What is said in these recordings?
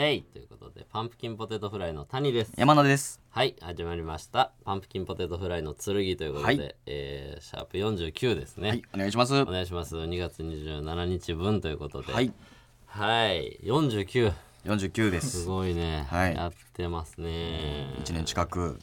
ヘイということでパンプキンポテトフライの谷です。 山野です。 はい、始まりましたパンプキンポテトフライの剣ということで、 はい、 シャープ49ですね。 はい、お願いします。 お願いします。2月27日分ということで、 はい 49 49です。 すごいね、 はい、 やってますね。 1年近く。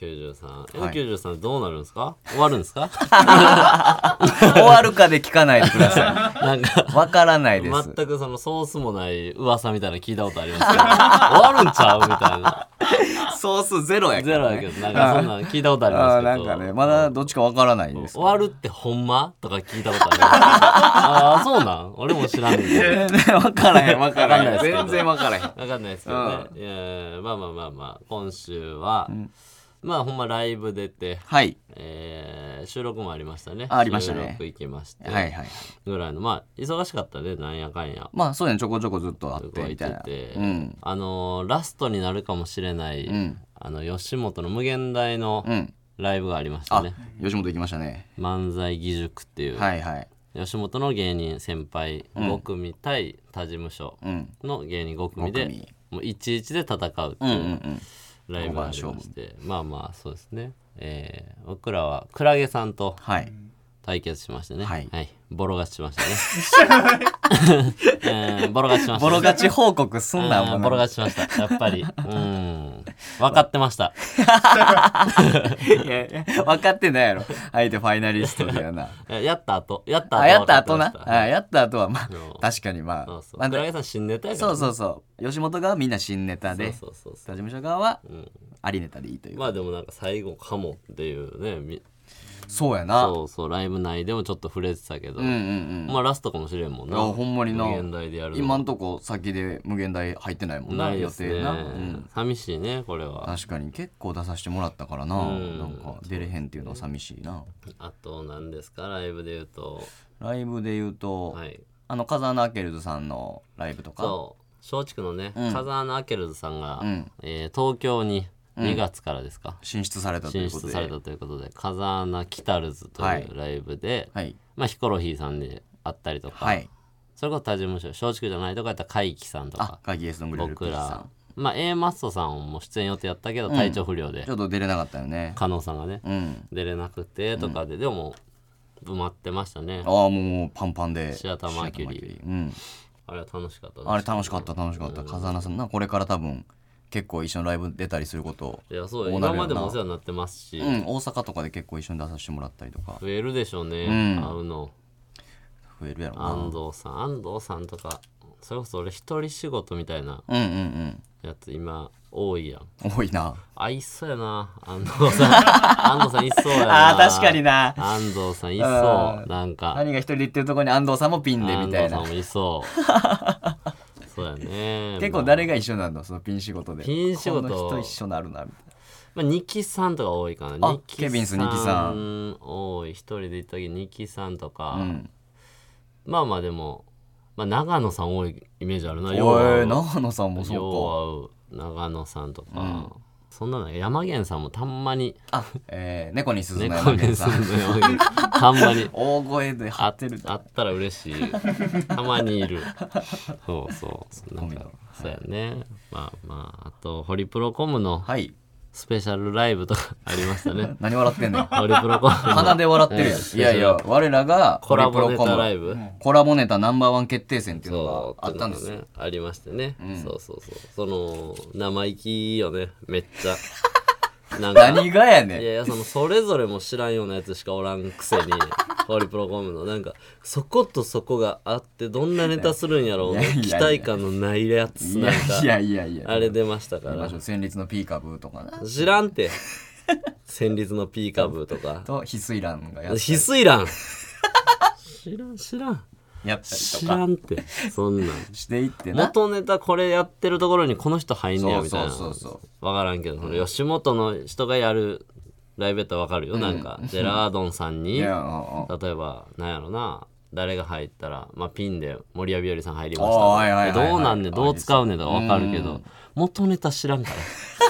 N93 どうなるんですか？終わるんですか？ 終わるかで聞かないでください。 なんかわからないです。 全くそのソースもない噂みたいなの聞いたことありますけど終わるんちゃうみたいな。 ソースゼロやから、ね、 ゼロやけどなんかそんなの聞いたことありますけどなんかねまだどっちかわからないです。 終わるってほんまとか聞いたことあります。ああそうなん？俺も知らんねんけどわからへん全然わからへん。 わかんないですけどね、いやまあ今週は、まあほんまライブ出て、 はい、 収録もありましたね。 ありましたね。 収録行きまして、 はいはい、 ぐらいのまあ忙しかったね、なんやかんや。 まあそうやね、ちょこちょこずっとあってみたいな。 ラストになるかもしれない、吉本の無限大のライブがありましたね。 吉本行きましたね。 漫才義塾っていう、はいはい、吉本の芸人先輩5組対他事務所の芸人5組で、もう11で戦うっていうライブがありまして、まあまあそうですね、僕らはクラゲさんと対決しましてね、はいはい、ボロ勝ちしましたね。ボロ勝ちしました、ね、 ボロ勝ち報告すんな。 ボロ勝ちしました。やっぱり分かってました。 いや分かってないやろ、相手ファイナリストでやな。 やった後な、やった後はまあ確かにまあクラゲさん新ネタやから、ね、 そう吉本側はみんな新ネタで、他事務所側はありネタでいいという。 まあでもなんか最後かもっていうね。 そうやな。 そうライブ内でもちょっと触れてたけど、まあラストかもしれんもんな。 ほんまにな。 無限大でやる今んとこ先で無限大入ってないもんな。 ないですね、 予定な、 寂しいねこれは。 確かに結構出させてもらったからな、なんか出れへんっていうのは寂しいな。 あと何ですか、ライブで言うと、 はい、風穴アケルズさんのライブとか。 そう松竹のね、風穴アケルズさんが、東京に2月からですか、 進出されたということで風穴キタルズというライブで、まあヒコロヒーさんであったりとか、それこそ他事務所松竹じゃないとかやったら怪奇さんとか、僕ら、まあ A マッソさんも出演予定やったけど体調不良で、 ちょっと出れなかったよね。 加納さんがね、出れなくてとかで、でも埋まってましたね。 もうパンパンで。 シアターマーキュリー、あれは楽しかったです。 あれ楽しかった風穴さんな、これから多分結構一緒のライブ出たりすることいやそう今までもお世話になってますし、 大阪とかで結構一緒に出させてもらったりとか増えるでしょうね、会うの増えるやろな。 安藤さんとか、それこそ俺一人仕事みたいなやつ今多いやん。 多いな。 合いそうやな安藤さんいそうやな。 確かにな、 安藤さんいそう。なんか何が一人で行ってるところに安藤さんもピンでみたいな。 安藤さんもいそうそうやね。 結構誰が一緒なんだ、そのピン仕事で。 ピン仕事この人一緒なるなみたいな。 まあ、ニキさんとか多いかな。 ケビンスニキさん多い。一人で行った時ニキさんとか、まあまあでも、まあ、長野さん多いイメージあるな。 長野さんもそうか。 よう会う長野さんとか、そんなの山源さんもたんまに、 猫に鈴の山源さんたんまに大声で張ってる。 あったら嬉しい。たまにいる。そうなんかそうやね。まああとホリプロコムのスペシャルライブとかありましたね。 何笑ってんねん。 ホリプロコム鼻で笑ってるやん。いや我らがコラボネタライブ、 コラボネタナンバーワン決定戦っていうのがあったんですよ。 ありましてね、そうその生意気よね、めっちゃ。なんか何がやねん。 いやそれぞれも知らんようなやつしかおらんくせにホリプロコムのなんかそことそこがあってどんなネタするんやろうね、期待感のないやつ。なんかあれ出ましたから。 戦慄のピーカブーとかな。 知らんて。戦慄のピーカブーとかと翡翠蘭がやったり。 翡翠蘭知らんやったりとか。 知らんってそんなんしていってな。 元ネタこれやってるところにこの人入んねやみたいな。分からんけど、その吉本の人がやるライブやったら分かるよ。なんかジェラードンさんに例えばなんやろな、誰が入ったら、まあ、ピンで森谷日和さん入りましたどうなんねん、どう使うねんとか分かるけど、元ネタ知らんから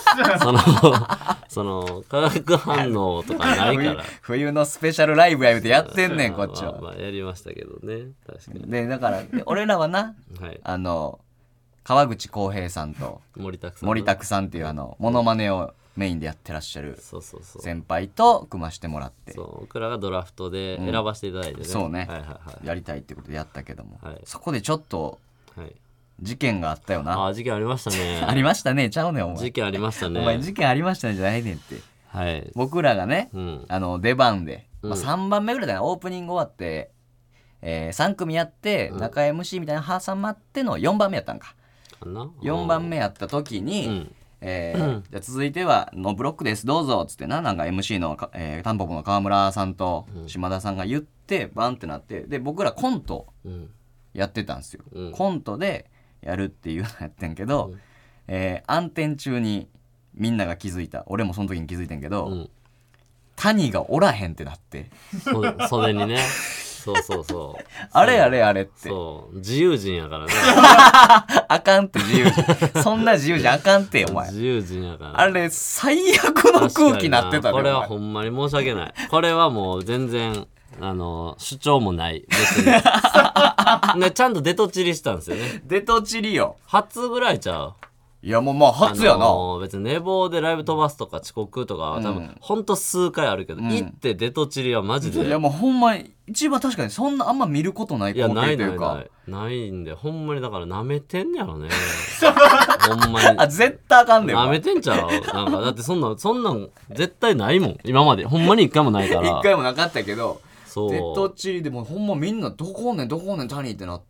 その化学反応とかないから冬のスペシャルライブやめてやってんねんこっちは。 まあやりましたけどね、確かに。 でだから俺らはな、 川口浩平さんと森拓さんっていうモノマネをメインでやってらっしゃる先輩と組ましてもらって、 そう僕らがドラフトで選ばせていただいてね、 そうね、やりたいってことでやったけども、そこでちょっと事件があったよな。 事件ありましたねありましたねちゃうねんお前。 事件ありましたね。 お前事件ありましたねじゃないねんって。僕らがね、出番で、3番目ぐらいだな、オープニング終わって、3組やって中 MC みたいな挟まっての4番目やったんか。4番目やった時に、じゃあ続いてはのブロックですどうぞっつってなんか MC の、タンポポの川村さんと島田さんが言ってバンってなって、で僕らコントやってたんですよ、コントでやるっていうのやってんけど、暗転中にみんなが気づいた、俺もその時に気づいてんけど、谷がおらへんってなって、 袖にねそうあれってそう自由人やからねあかんって自由人そんな自由人あかんってお前自由人やから、 あれ最悪の空気なってたね。 これはほんまに申し訳ない。これはもう全然主張もない別にね、ちゃんとデトチリしたんですよね。 デトチリよ。 初ぐらいちゃう。 いやもうまあ初やな、 別に寝坊でライブ飛ばすとか遅刻とかは多分ほんと数回あるけど、行ってデトチリはマジで、 いやもうほんまに一番確かにそんなあんま見ることない光景というか、 ないんでほんまにだからなめてんやろねほんまに絶対あかんねんなめてんちゃう。なんかだってそんなん絶対ないもん今まで、ほんまに一回もないから一回もなかったけど、デトチリでもほんまみんなどこおんねん谷ってなって、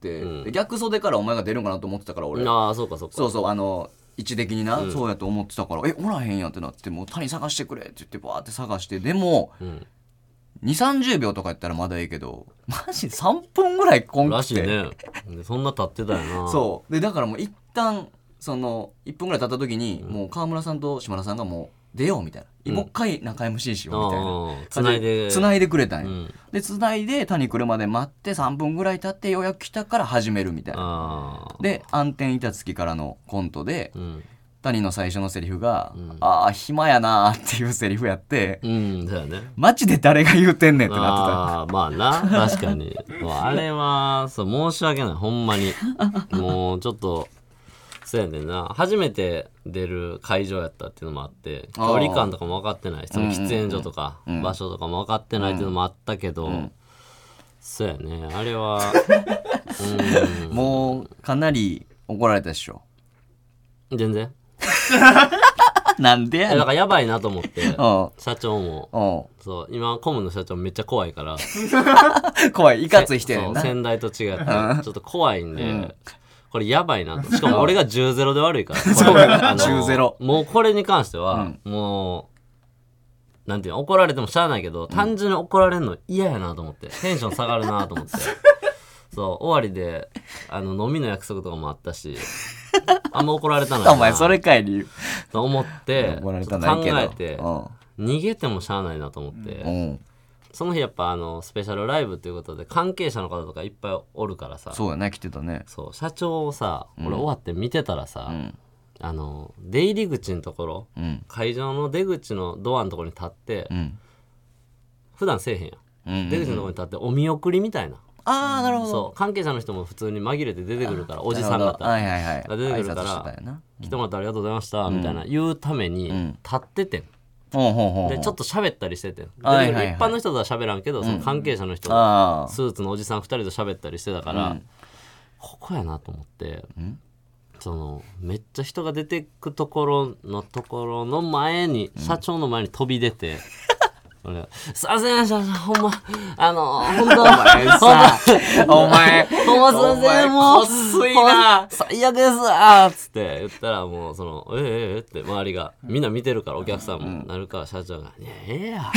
で逆袖からお前が出るんかなと思ってたから俺、そう一的にな、そうやと思ってたから、おらへんやんってなって、もう谷探してくれって言ってバーって探して、でも、2,30 秒とかやったらまだいいけどマジ3分ぐらいこんくてらしいね。そんな経ってたよな。 そうでだからもう一旦その1分ぐらい経った時に、もう川村さんと島田さんがもう出ようみたいな、もう一回中 MC しようみたいな、つないでくれたんや、でつないで谷来るまで待って3分ぐらい経ってようやく来たから始めるみたいな。で暗転板付きからのコントで、谷の最初のセリフが、ああ暇やなーっていうセリフやって、 だよね、 マジで誰が言うてんねんってなってた。 まあな確かにあれはそう申し訳ないほんまにもうちょっとそうやねんな、初めて出る会場やったっていうのもあって距離感とかも分かってない、その喫煙所とか場所とかも分かってないっていうのもあったけど、そうやねあれはもうかなり怒られたでしょ。 全然なんでやねん。 だからやばいなと思って社長もそう今コムの社長めっちゃ怖いから怖いいかつい人やねんな。 先代と違ってちょっと怖いんで、これやばいなと。しかも俺が 10-0 で悪いからそうやな10-0。 もうこれに関しては、もうなんていうの怒られてもしゃあないけど、単純に怒られるの嫌やなと思って、テンション下がるなと思ってそう終わりで飲みの約束とかもあったしあんま怒られたのお前それかい理由と思って怒られた考ないけどえて、逃げてもしゃあないなと思って、その日やっぱスペシャルライブということで関係者の方とかいっぱいおるからさ。 そうやね来てたね。 そう社長をさ、俺終わって見てたらさ、出入り口のところ、会場の出口のドアのところに立って、普段せえへんやん、出口のところに立ってお見送りみたいな。 なるほど。 そう関係者の人も普通に紛れて出てくるから、おじさん方が出てくるから来てもらってありがとうございましたみたいな言うために立っててん、でちょっと喋ったりしてて、一般の人とは喋らんけど、その関係者の人がスーツのおじさん2人と喋ったりしてたから、ここやなと思って、そのめっちゃ人が出てくところの前に、社長の前に飛び出てすいません社長ほんまほんとお前ほんますいませんもうこっすいな最悪ですわっつって言ったら、もうそのって周りがみんな見てるから、お客さんもなるから、社長が「いや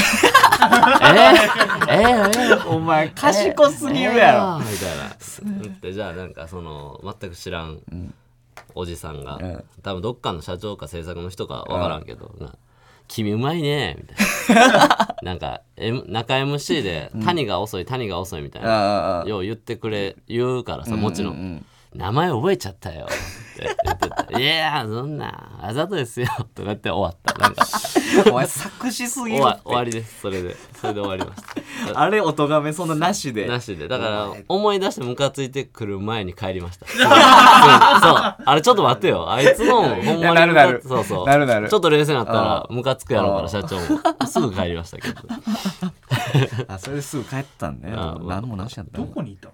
お前賢すぎるやろ」 みたいな。でじゃあなんかその全く知らんおじさんが、多分どっかの社長か制作の人か分からんけど君うまいねみたいななんか、中 MC で谷が遅いみたいな、よう言うからさ、もちろん、名前覚えちゃったよって言ってた。いやそんなあざとですよとかって終わった。なんかお前作詞すぎるって。 終わりです。それで終わりました。 あれお咎めそんななしでだから思い出してムカついてくる前に帰りましたそうあれちょっと待ってよあいつのほんまになるそうそうなるちょっと冷静になったらムカつくやろうから社長もすぐ帰りましたけどあそれですぐ帰ったんね何もなしやったどこにいた？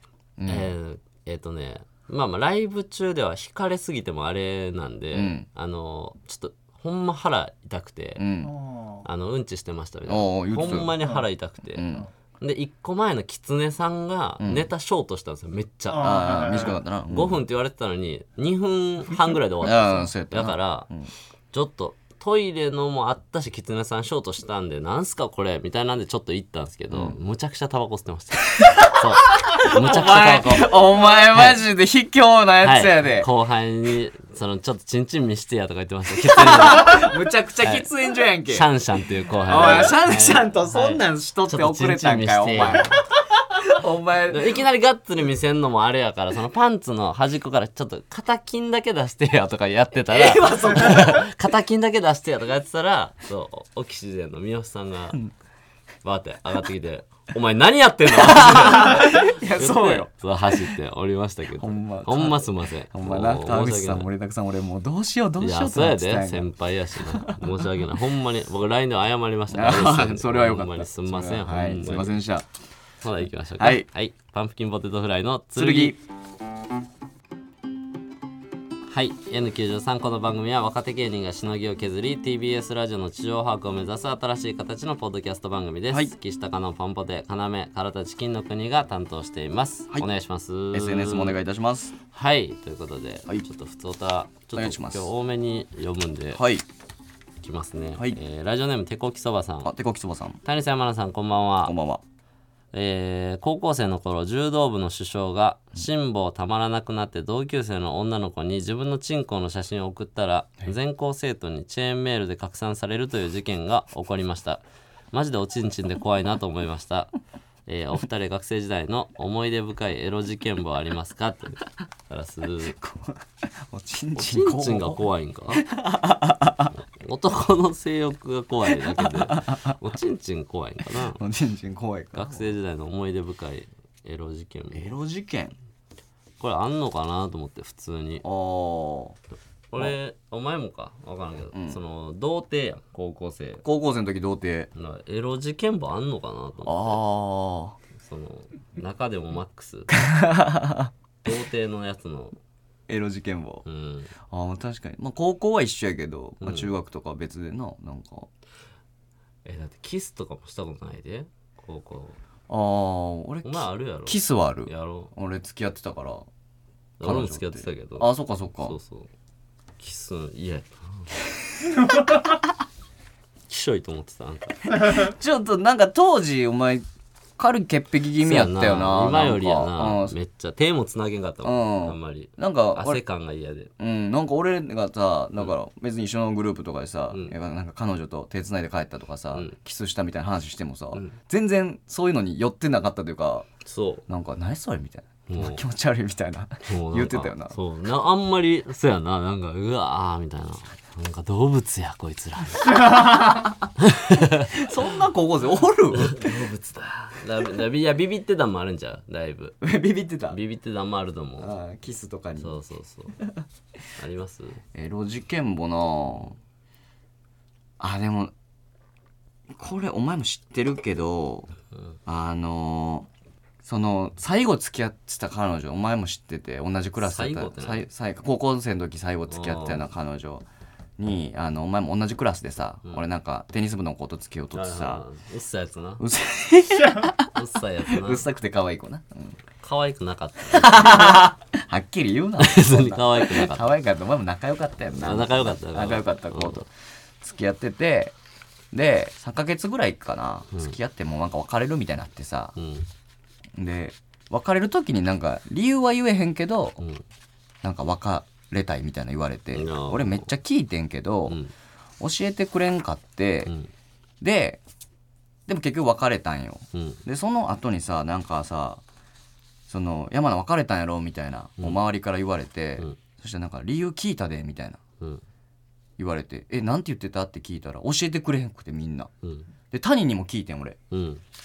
まあライブ中では惹かれすぎてもあれなんで、ちょっとほんま腹痛くて、うんちしてましたみたいなほんまに腹痛くて、で1個前のキツネさんがネタショートしたんですよめっちゃ短かったな、 5分って言われてたのに2分半ぐらいで終わったんですよだから、ちょっとトイレのもあったしキツネさんショートしたんでなんすかこれみたいなんでちょっと行ったんですけど、むちゃくちゃタバコ吸ってましたそうむちゃくちゃタバコお前マジで卑怯なやつやで、 後輩にちょっとチンチン見してやとか言ってましたむちゃくちゃ喫煙所やんけ、 シャンシャンっていう後輩おいシャンシャンとそんなんしとって遅れたんかよお前いきなりガッツリ見せんのもあれやからそのパンツの端っこからちょっと肩筋だけ出してやとかやってたら肩筋だけ出してやとかやってたらそうオキシジェンの三好さんがバーって上がってきてお前何やってんのいやそうよそう走って降りましたけどほんますんませんほんまな川口さん盛りだくさん俺もうどうしようといやそうやで先輩やしな申し訳ないほんまに僕 LINE で謝りましたそれはよかったほんまにすんませんはいすいませんでした。 ほな行きましょうか。 はい、 パンプキンポテトフライの剣。はい N93 この番組は若手芸人がしのぎを削り TBS ラジオの地上把握を目指す新しい形のポッドキャスト番組です。岸高のパンポテ要唐田チキンの国が担当しています。お願いします。 SNS もお願いいたします。 はいということで、ちょっと普通歌ちょっと今日多めに読むんで、いきますね。ラジオネームてこきそばさん。 てこきそばさん。 谷さん山名さんこんばんは。 こんばんは。 高校生の頃柔道部の主将が辛抱たまらなくなって同級生の女の子に自分のチンコの写真を送ったら全校生徒にチェーンメールで拡散されるという事件が起こりました。マジでおちんちんで怖いなと思いました。お二人学生時代の思い出深いエロ事件簿ありますかっておちんちんが怖いんか男の性欲が怖いだけでおちんちん怖いんかなおちんちん怖いか学生時代の思い出深いエロ事件エロ事件これあんのかなと思って普通に俺お前もか分からんけど、その童貞やん高校生の時童貞エロ事件簿あんのかなと思ってその中でもマックス童貞のやつのエロ事件簿、確かに、高校は一緒やけど、中学とかは別でなんかだってキスとかもしたことないで高校俺お前あるやろキスはあるやろ俺付き合ってたから俺も付き合ってたけどそっかそうキス嫌やきしょいと思ってたなんかちょっとなんか当時お前軽い潔癖気味やったよな今よりやなめっちゃ手もつなげんかったもん、あんまりなんか汗感が嫌でなんか俺がさだから別に一緒のグループとかでさ、なんか彼女と手つないで帰ったとかさ、キスしたみたいな話してもさ、全然そういうのに寄ってなかったというかなんか何それみたいな気持ち悪いみたいな言ってたよなあんまりそうやななんかうわーみたいななんか動物やこいつらそんな高校生おる動物だいやビビってたんもあるんちゃうだいぶビビってたんもあると思うキスとかにそうありますエロ事件簿なでもこれお前も知ってるけど、その最後付き合ってた彼女お前も知ってて同じクラスだった高校生の時最後付き合ってたような彼女にお前も同じクラスでさ、俺なんかテニス部の子と付き合うとってさうっさいやつなうっさいやつなうっさくて可愛い子な、 可愛くなかったはっきり言うな別に可愛くなかった可愛かったお前も仲良かったよな仲良かった子と付き合っててで3ヶ月ぐらいかな、付き合ってもなんか別れるみたいになってさ、で別れる時になんか理由は言えへんけど、なんか別れたいみたいな言われて、俺めっちゃ聞いてんけど、教えてくれんかって、でも結局別れたんよ、でその後にさなんかさその山名別れたんやろみたいな、もう周りから言われて、そしてなんか理由聞いたでみたいな、言われてなんて言ってたって聞いたら教えてくれへんくてみんな、で谷にも聞いてん俺、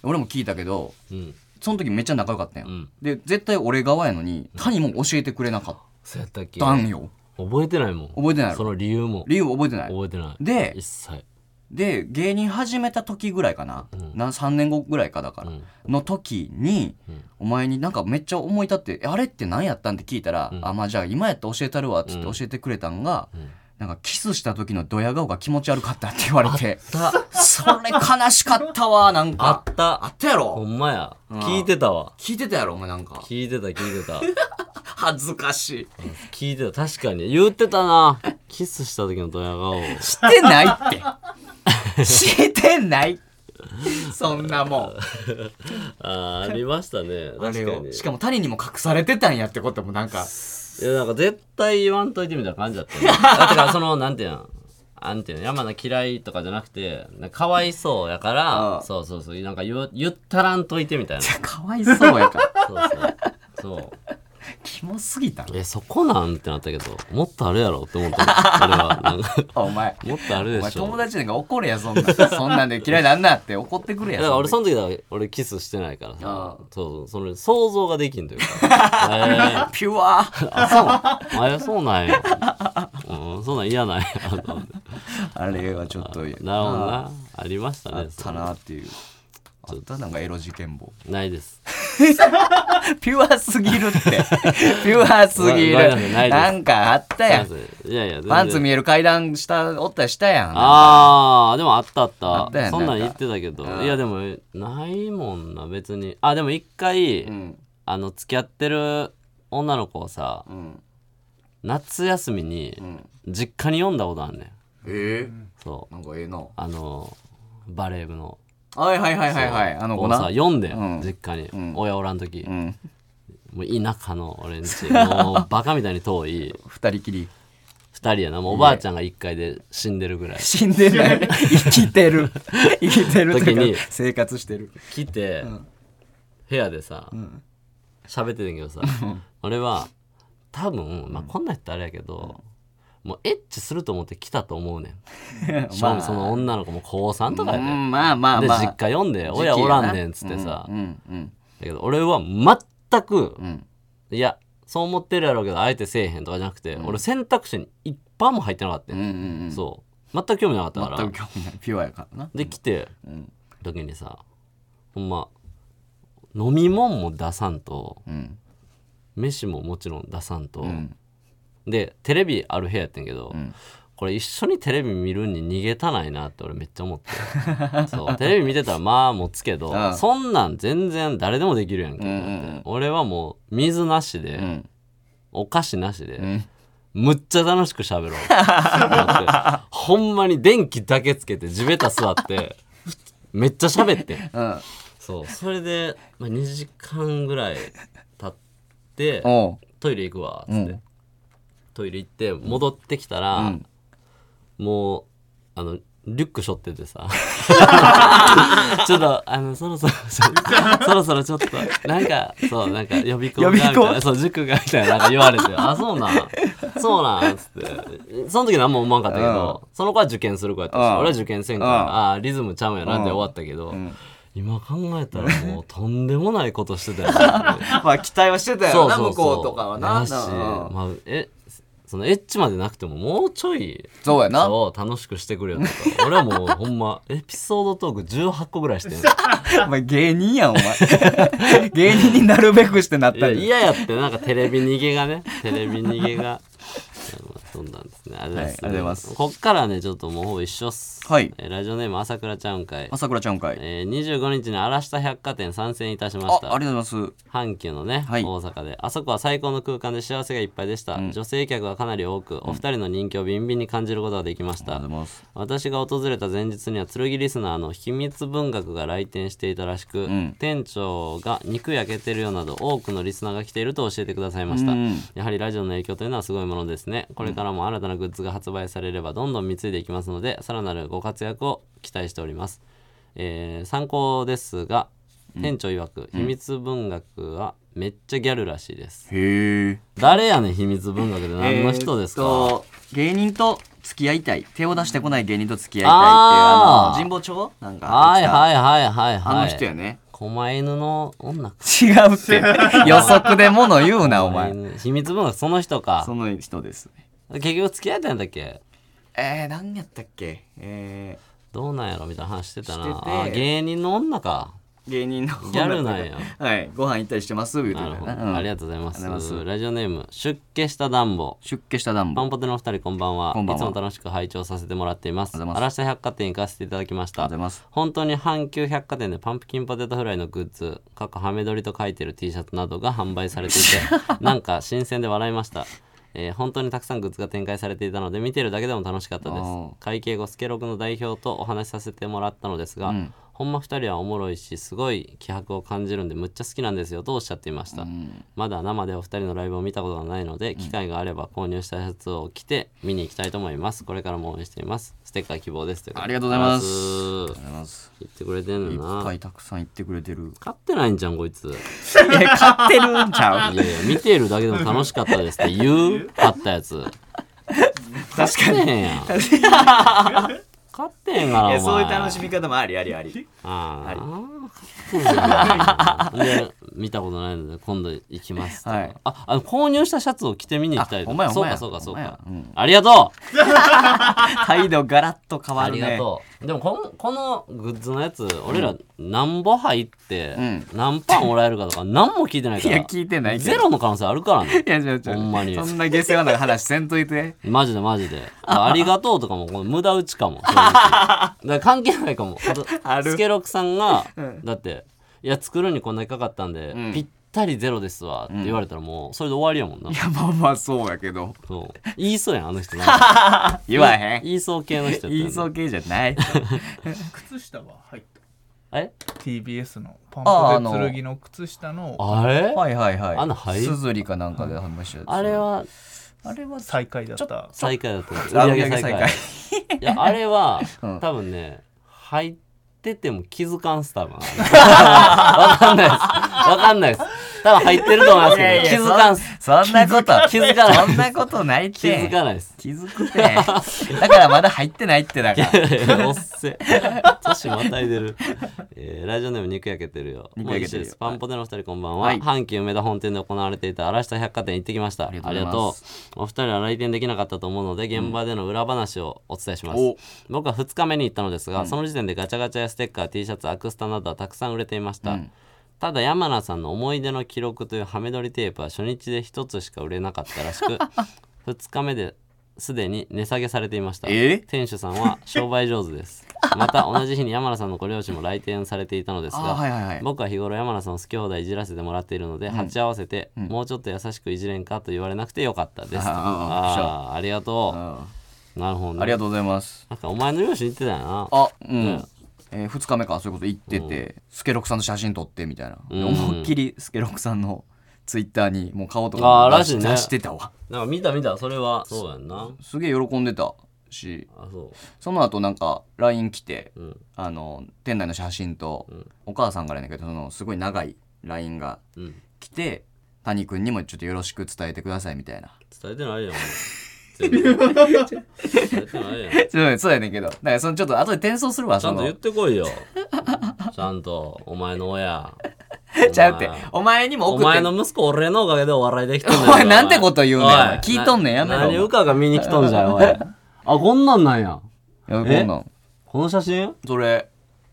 俺も聞いたけど、その時めっちゃ仲良かったんよ、で絶対俺側やのに谷も教えてくれなかったんよ。 覚えてないもん。 覚えてない。 その理由覚えてない。 覚えてない。 で一切で芸人始めた時ぐらいかな、3年後ぐらいかだから、の時に、お前になんかめっちゃ思い立ってあれって何やったんって聞いたら、あまあじゃあ今やったら教えたるわっつって教えてくれたんが、なんかキスした時のドヤ顔が気持ち悪かったって言われて、それ悲しかったわ。なんかあったやろ。 ほんまや、聞いてたわ。 聞いてたやろお前。なんか聞いてた恥ずかしい。 聞いてた。確かに言ってたな。キスした時のドヤ顔してないってしてないそんなもんありましたね。確かに。 しかも谷にも隠されてたんやってこともなんか、 いやなんか絶対言わんといてみたいな感じだった、ね、だからそのなんていうの山名嫌いとかじゃなくてかわいそうやからそうなんか言ったらんといてみたいな。 かわいそうやからそうキモすぎた。 そこなんってなったけど、もっとあるやろって思った俺はなんかお前もっとあるでしょ。 お前友達なんか怒れやそんなんで嫌いなんなって怒ってくれや。 だから俺その時は俺キスしてないからさ、その想像ができんというかピュアそうなんや、そんなん嫌なんやあれはちょっとなるほどな。ありましたね。 あったなっていう。あったなんかエロ事件簿ないですピュアすぎるってピュアすぎる。なんかあったやん。パンツ見える階段おったりしたやん。 でもあったそんなん言ってたけど、いやでもないもんな別に。でも一回、付き合ってる女の子をさ、夏休みに実家に呼んだことあんねん。そうなんかなバレー部のはい子さ読んで、実家に、親おらん時、もう田舎の俺んちもうバカみたいに遠い二人きり 2人やな。もうおばあちゃんが1階で死んでるぐらい。 死んでる生きてる時に生活してる。 来て、部屋でさ喋ってたけどさ、俺は多分こんなんやったらあれやけど、もうエッチすると思って来たと思うねんその女の子も高3とかやで、で実家呼んで親おらんねんっつってさ、だけど俺は全く、いやそう思ってるやろうけどあえてせえへんとかじゃなくて、俺選択肢に一般も入ってなかったよ、そう全く興味なかったから。 全く興味ないピュアやからな。 で来て、時にさほんま飲み物も出さんと、飯ももちろん出さんと、でテレビある部屋やってんけど、これ一緒にテレビ見るに逃げたないなって俺めっちゃ思ってそうテレビ見てたらまあ持つけど、そんなん全然誰でもできるやんけ、俺はもう水なしで、お菓子なしで、むっちゃ楽しく喋ろうほんまに電気だけつけて地べた座ってめっちゃ喋って、そうそれで、2時間ぐらい経ってトイレ行くわっつって、トイレ行って戻ってきたら、もうリュック背負っててさちょっとそろそろちょっとなんか予備校がみたいな、そう塾がみたいななんか言われてそうなんっつってその時何も思わんかったけど、その子は受験する子やったし、俺は受験せんからリズムちゃうんやなって終わったけど、今考えたらもうとんでもないことしてたよまあ期待はしてたよな向こうとかはな。 そのエッチまでなくてももうちょいそうやな楽しくしてくれよとか俺はもうほんまエピソードトーク18個ぐらいしてんお前芸人やんお前芸人になるべくしてなったり嫌やってなんかテレビ逃げがそんなんですね。ありがとうございます。こっからねちょっともうほぼ一緒っす。ラジオネーム朝倉ちゃうんかい。25日に嵐田百貨店参戦いたしました。 ありがとうございます。 阪急のね、大阪であそこは最高の空間で幸せがいっぱいでした、女性客がかなり多く、お二人の人気をビンビンに感じることができました。私が訪れた前日には剣リスナーの秘密文学が来店していたらしく、店長が肉焼けてるよなど多くのリスナーが来ていると教えてくださいました。やはりラジオの影響というのはすごいものですね。これからも新たなグッズが発売されればどんどん貢いでいきますので、さらなるご活躍を期待しております。参考ですが、店長曰く秘密文学はめっちゃギャルらしいです。 へえ。 誰やねん秘密文学で何の人ですか？ 芸人と付き合いたい、手を出してこない芸人と付き合いたいっていう神保町なんかはいはいはいはい。 あの人やね。 狛犬の女。 違うって予測で物言うなお前。 秘密文学その人か。 その人ですね。 結局付き合えたんだっけ？ 何やったっけ？ どうなんやろみたいな話してたな。芸人の女か。 芸人のギャルなんや。 はい、ご飯行ったりしてます言うてるありがとうございます。ラジオネーム出家した暖房。 出家した暖房。 パンポテのお二人こんばんは。いつも楽しく拝聴させてもらっています。嵐田百貨店行かせていただきました。本当に阪急百貨店でパンプキンポテトフライのグッズハメ撮りと書いてる T シャツなどが販売されていてなんか新鮮で笑いました。本当にたくさんグッズが展開されていたので見てるだけでも楽しかったです。会計後スケロクの代表とお話しさせてもらったのですが、ほんま2人はおもろいしすごい気迫を感じるんでむっちゃ好きなんですよとおっしゃっていました。まだ生でお二人のライブを見たことがないので、機会があれば購入したやつを着て見に行きたいと思います。これからも応援しています。ステッカー希望です。 ありがとうございます。 言ってくれてんのな。 いっぱいたくさん言ってくれてる。 買ってないんじゃんこいつ。 いや買ってるんちゃう。 いや見てるだけでも楽しかったですって言う。買ったやつ確かに買ってんがな。 そういう楽しみ方もあり。 で見たことないので今度行きます。購入したシャツを着て見に行きたいと。そうか、ありがとう。 態度ガラッと変わるね。 ありがとう。でもこのグッズのやつ、俺ら何本入って何パンもらえるかとか何も聞いてないから。 いや聞いてない。 ゼロの可能性あるからね。 いやほんまにそんな下世話な話せんといて。 マジでありがとうとかもこの無駄打ちかも。だから関係ないかも。スケロクさんがだっていや作るにこんなにかかったんで、ぴったりゼロですわって言われたらもうそれで終わりやもんな。 いやまあそうやけど。 言いそうやんあの人。 言わへん。 言いそう系の人。 言いそう系じゃない。 靴下は入った。 TBS のパンポテ剣の靴下のあれはいすずりかなんかで販売してる。 あれは最下位だった。 売上最下位。いやあれは多分ね入ってても気づかんす多分。わかんないです。多分入ってると思いますけど気づかんす。 そんなこと気づかない。 そんなことないって。 気づかないです。 気づくて。だからまだ入ってないってだから。 おっせ。年またいでる。ラジオネーム肉焼けてるよ。パンポテのお二人こんばんは。阪急梅田本店で行われていた嵐田百貨店行ってきました。ありがとう。お二人は来店できなかったと思うので現場での裏話をお伝えします。僕は2日目に行ったのですが、その時点でガチャガチャやステッカー T シャツアクスタなどはたくさん売れていました。ただ山名さんの思い出の記録というハメ撮りテープは初日で1つしか売れなかったらしく2日目ですでに値下げされていました。店主さんは商売上手です。また同じ日に山名さんのご両親も来店されていたのですが、僕は日頃山名さんを好き放題いじらせてもらっているので、鉢合わせて、もうちょっと優しくいじれんかと言われなくてよかったです。ありがとう。なるほどね。 ありがとうございます。 なんかお前の両親言ってたよな。 2日目かそういうこと言ってて、スケロクさんの写真撮ってみたいな、思いっきりスケロクさんのツイッターにもう顔とか出してたわ。 なんか見たそれはそうやんな。 すげえ喜んでたし、その後なんか LINE 来て、店内の写真と、お母さんからやねんけどそのすごい長い LINE が来て、谷君にもちょっとよろしく伝えてくださいみたいな。 伝えてないよそうやねんけど、だからそのちょっと後で転送するわ。 ちゃんと言ってこいよ。ちゃんとお前の親ちゃうって、お前にも送って。 お前の息子俺のおかげでお笑いできとんねん。 お前なんてこと言うねん。聞いとんねん、やめろ。 何うかが見に来とんじゃんおい。あこんなんなんや。 こんなん。 この写真それ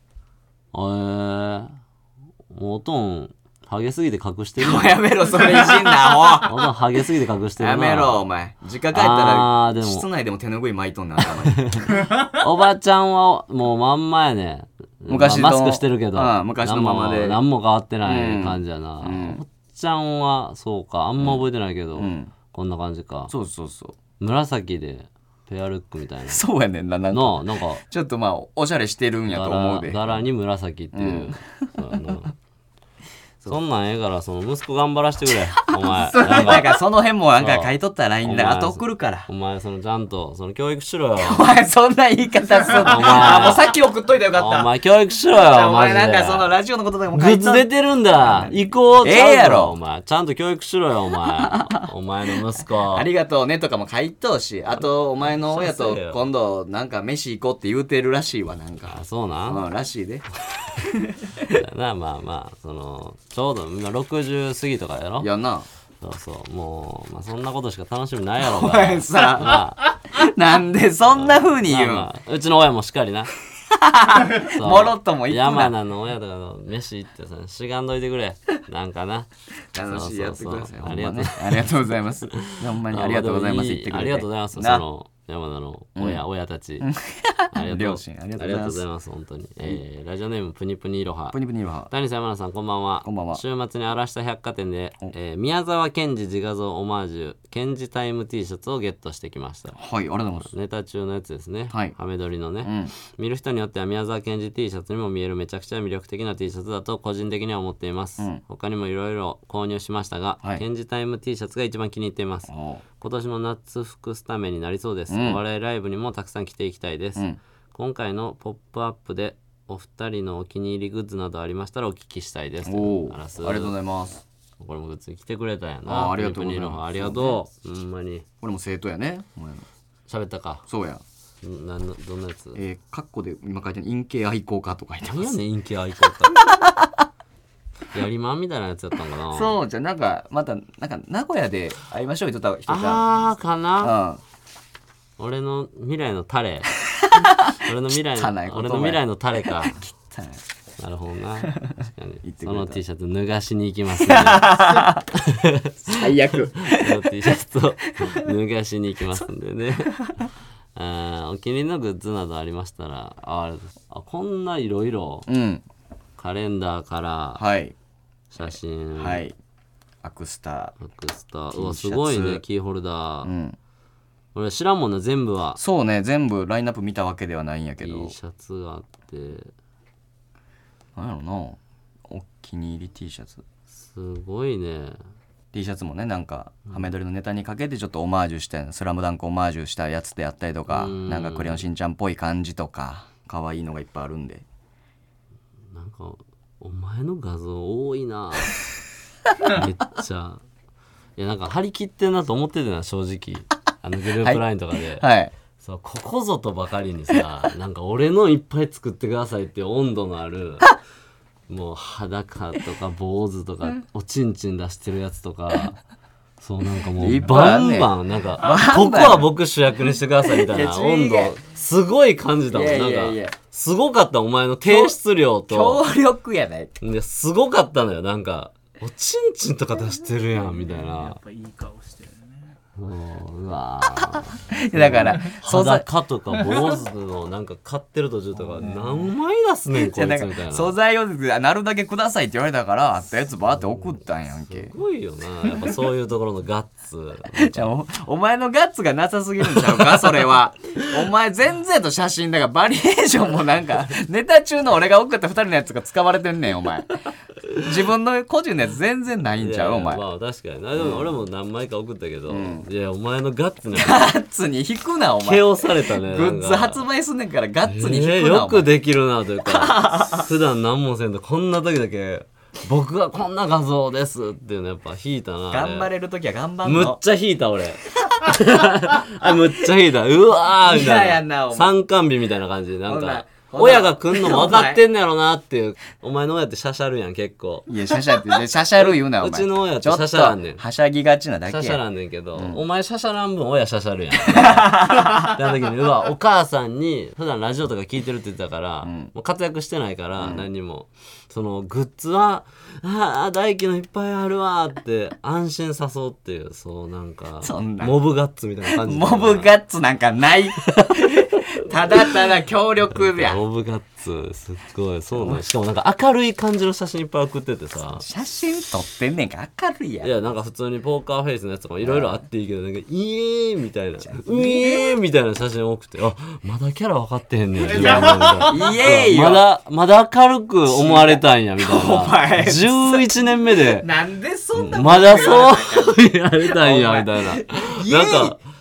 もうおとんハゲすぎて隠してる。 やめろそれいじんな。 おとんハゲすぎて隠してるな。 やめろお前。実家帰ったら室内でも手ぬぐい巻いとんねん頭に。 おばちゃんはもうまんまやね。 昔マスクしてるけど昔のままで何も変わってない感じやな。おっちゃんはそうかあんま覚えてないけど、こんな感じか。 そう紫でペアルックみたいな。 そうやねんな。なんかちょっとまあおしゃれしてるんやと思うで。 柄に紫っていう。 そんなんええからその息子頑張らしてくれお前なんかその辺もなんか書いとったら LINE で後送るから。 お前そのちゃんとその教育しろよ。 お前そんな言い方するの。もうさっき送っといてよかった。 お前教育しろよ。 お前なんかそのラジオのこととかも書いとグッズ出てるんだ。行こう。 やろお前ちゃんと教育しろよお前。お前の息子ありがとうねとかも書いとうし、あとお前の親と今度なんか飯行こうって言うてるらしいわ。なんかそうなんらしいでまあまあそのちょうど今60過ぎとかやろ。 いやな。 そうそうもう、まあ、そんなことしか楽しみないやろうが。 お前さ、まあ、なんでそんな風に言う、 うちの親もしっかりなもろっとも言ってな。 山名の親とかの飯行ってさしがんどいてくれなんかな。 楽しいやってください。ありがとうございます。ほんまにありがとうございます。言ってくれてありがとうございます。その山田の親たち、 両親ありがとうございます本当に、ラジオネームプニプニいろは。 プニプニいろは。 谷さん山田さんこんばんは。 こんばんは。 週末に荒下百貨店で、宮沢賢治自画像オマージュ賢治タイム T シャツをゲットしてきました。 はい、ありがとうございます。 ネタ中のやつですね。 はい、 ハメ撮りのね、見る人によっては宮沢賢治 T シャツにも見えるめちゃくちゃ魅力的な T シャツだと個人的には思っています、他にもいろいろ購入しましたが、賢治タイム T シャツが一番気に入っています。今年も夏服スタメンになりそうです、お笑いライブにもたくさん着ていきたいです、今回のポップアップでお二人のお気に入りグッズなどありましたらお聞きしたいです。ありがとうございます。 これもグッズ来てくれたんやな。 ありがとうございます。 ありがとう。ほんまにこれも生徒やね。 喋ったか。 そうや。 どんなやつ？ カッコで今書いてる陰茎愛好家と書いてます。 何やねん陰茎愛好家やりまんみたいなやつやったんかな。 そうじゃなんかまたなんか名古屋で会いましょう言っとった人じゃん。 ああかな、俺の未来のタレ俺の未来のタレかなるほどな。確かにその T シャツ脱がしに行きますね最悪その T シャツを脱がしに行きますんでねお気に入りのグッズなどありましたらこんないろいろカレンダーから、写真、 アクスタうわすごいねキーホルダー、俺知らんもんな全部は。 そうね全部ラインナップ見たわけではないんやけど T シャツがあってなんやろなお気に入り T シャツすごいね。 T シャツもねなんかハメ撮りのネタにかけてちょっとオマージュしたスラムダンクオマージュしたやつであったりとかなんかクレヨンしんちゃんっぽい感じとか可愛いのがいっぱいあるんでなんかお前の画像多いなめっちゃいやなんか張り切ってんなと思ってたな正直グループ LINE とかで、そうここぞとばかりにさなんか俺のいっぱい作ってくださいっていう温度のあるもう裸とか坊主とかおちんちん出してるやつとかそうなんかもうバンバンなんかここは僕主役にしてくださいみたいな温度すごい感じたもん。なんかすごかったお前の提出量と強力やねすごかったのよ。なんかおちんちんとか出してるやんみたいな。 やっぱいい顔してるね。 うわだから裸とか坊主のなんか買ってる途中とか何枚出すねんこいつみたいな。 素材をなるだけくださいって言われたからあったやつバーって送ったんやんけ。 すごいよなやっぱそういうところのガッツじゃあ お前のガッツがなさすぎるんちゃうかそれは。お前全然と写真だからバリエーションもなんかネタ中の俺が送った2人のやつが使われてんねんお前。自分の個人のやつ全然ないんちゃうお前。 まあ確かにな。でも俺も何枚か送ったけど、いやお前のガッツねガッツに引くなお前。 毛をされたね。 グッズ発売すんねんからガッツに引くな、 よくできるなというか普段何もせんとこんな時だけ僕はこんな画像ですっていうのやっぱ引いたな。 頑張れる時は頑張んの。 むっちゃ引いた俺むっちゃ引いた。うわーみたいな参観日みたいな感じでなんか親が来んのも分かってんのやろなっていう。お前の親ってシャシャるやん結構。 いやシャシャってシャシャる言うなお前。 うちの親ってシャシャらんねん。 はしゃぎがちなだけや。 シャシャらんねんけど、お前シャシャらん分親シャシャるやんって時にお母さんに普段ラジオとか聞いてるって言ってたから、もう活躍してないから、何にもそのグッズは大輝のいっぱいあるわって安心さそうっていうそうなんかモブガッツみたいな感じ。 モブガッツなんかないただただ強力や。 モブガッつすっごいそうね。しかもなんか明るい感じの写真いっぱい送っててさ、 写真撮ってんねんか明るいやん。 いやなんか普通にポーカーフェイスのやつとかいろいろあっていいけど、なんかイエーみたいなみたいな写真多くて、あまだキャラ分かってへんねん。 イエーイよ。 まだ明るく思われたんやみたいな。11年目でなんでそんなまだそうやれたんやみたいな。なんかと思って、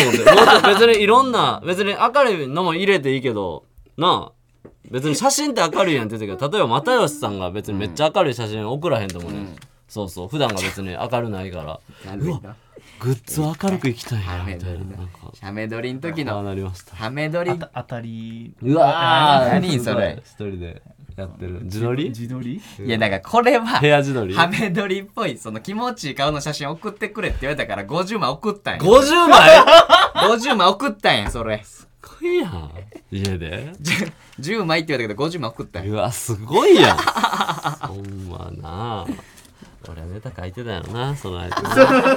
もうちょっと別にいろんな別に明るいのも入れていいけどなあ、別に写真って明るいやんって言ってたけど、例えば又吉さんが別にめっちゃ明るい写真送らへんと思うね、そうそう、普段が別に明るないから、うわグッズ明るくいきたいなみたいな。なんかハメ撮りの時のなりました。 ハメ撮り当たり。 うわー何それ一人でやってる自撮りいやなんかこれは部屋自撮りハメ撮りっぽい、その気持ちいい顔の写真送ってくれって言われたから50枚送ったんや。 50枚 50枚送ったんやそれ。 すごいやん。家で 10枚って言われたけど50枚送ったんや。 うわすごいやん。ほんまな、俺はネタ書いてたよなその間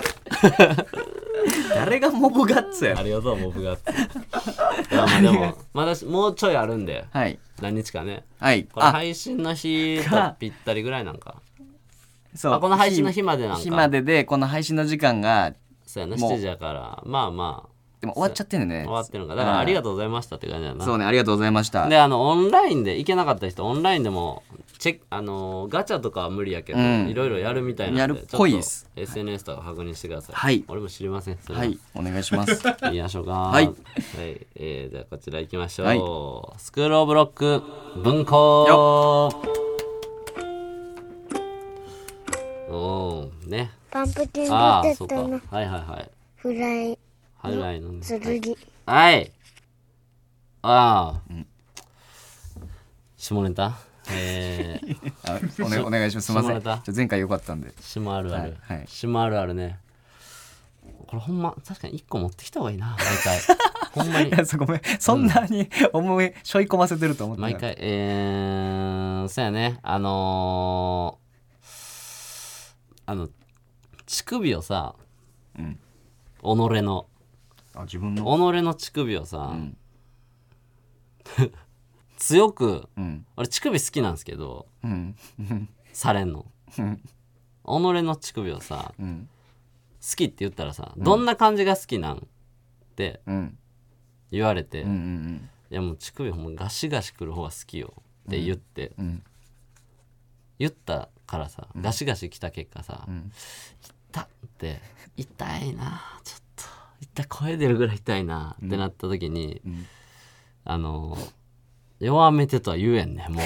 誰がモブガッツや。 ありがとうモブガッツ。いやでもまだもうちょいあるんで、 はい、 何日かね。 はい、 これ配信の日とぴったりぐらいなんか。 そう、 この配信の日までなんか。 日まででこの配信の時間がそうやな7時やから、まあまあでも終わっちゃってんねんね。 終わってるのか。だからありがとうございましたって感じだな。 そうね、ありがとうございました。 でオンラインで行けなかった人、オンラインでもガチャとかは無理やけど、いろいろやるみたいなんで、 やるっぽいです。 SNS とか確認してください。 はい、 俺も知りません。それはい、お願いします。 行きましょうか。 はい、 はい、じゃあこちら行きましょう、はい、スクールオブロック文庫ね、 パンプキンポテトのはいはいはい、 フライの剣。 はい、ああ、下ネタお願いします。すみません。前回良かったんで。 下あるある、下あるあるね。これほんま確かに1個持ってきた方がいいな毎回。ほんまに。 いやごめん、そんなに思いしょい込ませてると思って毎回そうやね、乳首をさ、己の乳首をさ、強く、俺乳首好きなんですけど、されんの、己の乳首をさ、好きって言ったらさ、どんな感じが好きなんって言われて、いやもう乳首ほんまガシガシくる方が好きよって言って、言ったからさ、ガシガシきた結果さ、痛って痛いな、ちょっと痛い、声出るぐらい痛いなってなった時に、弱めてとは言えんねもう。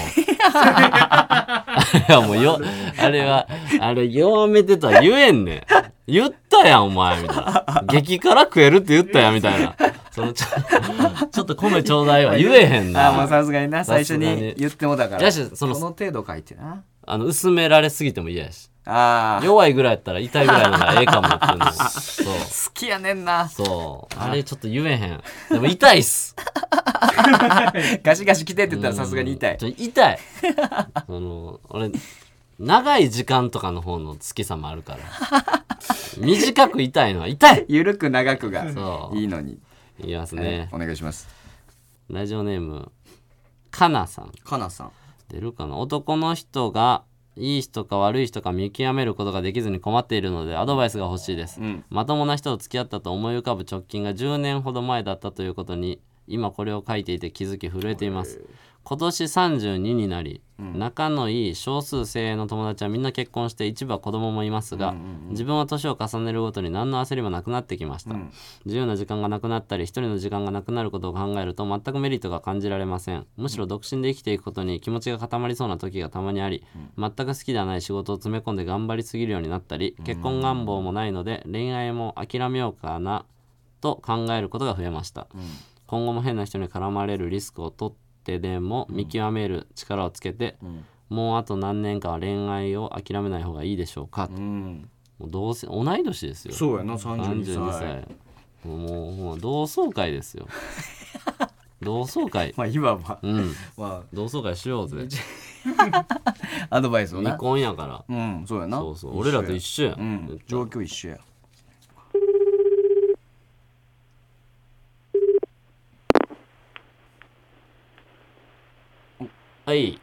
いやもうあれ弱めてとは言えんねん。言ったやんお前みたいな。激辛食えるって言ったやんみたいな。ちょっと米ちょうだいは言えへんな。 もうさすがにな、最初に言ってもだから。 やしこの程度書いてな。 薄められすぎても嫌やし。弱いぐらいやったら痛いぐらいのがええかもっていうの。そう。 好きやねんな。 そう。あれちょっと言えへん。でも痛いっす。 ガシガシ来てって言ったらさすがに痛い。 痛い。俺長い時間とかの方の好きさもあるから。短く痛いのは痛い。 ゆるく長くがいいのに。 言いますね。 お願いします。 ラジオネームかなさん。出るかな。男の人がいい人か悪い人か見極めることができずに困っているのでアドバイスが欲しいです、まともな人と付き合ったと思い浮かぶ直近が10年ほど前だったということに今これを書いていて気づき震えています。今年32になり、仲のいい少数精鋭の友達はみんな結婚して一部は子供もいますが、自分は年を重ねるごとに何の焦りもなくなってきました、自由な時間がなくなったり一人の時間がなくなることを考えると全くメリットが感じられません。むしろ独身で生きていくことに気持ちが固まりそうな時がたまにあり、全く好きではない仕事を詰め込んで頑張りすぎるようになったり、結婚願望もないので恋愛も諦めようかなと考えることが増えました、今後も変な人に絡まれるリスクを取ってでも見極める力をつけて、もうあと何年かは恋愛を諦めない方がいいでしょうか、もうどうせ同い年ですよ。 そうやな、32 歳もう同窓会ですよ。同窓会今は、 同窓会しようぜ。 アドバイスをな、 離婚やから、 そうやな、 そう俺らと一緒や、 状況一緒や。 はい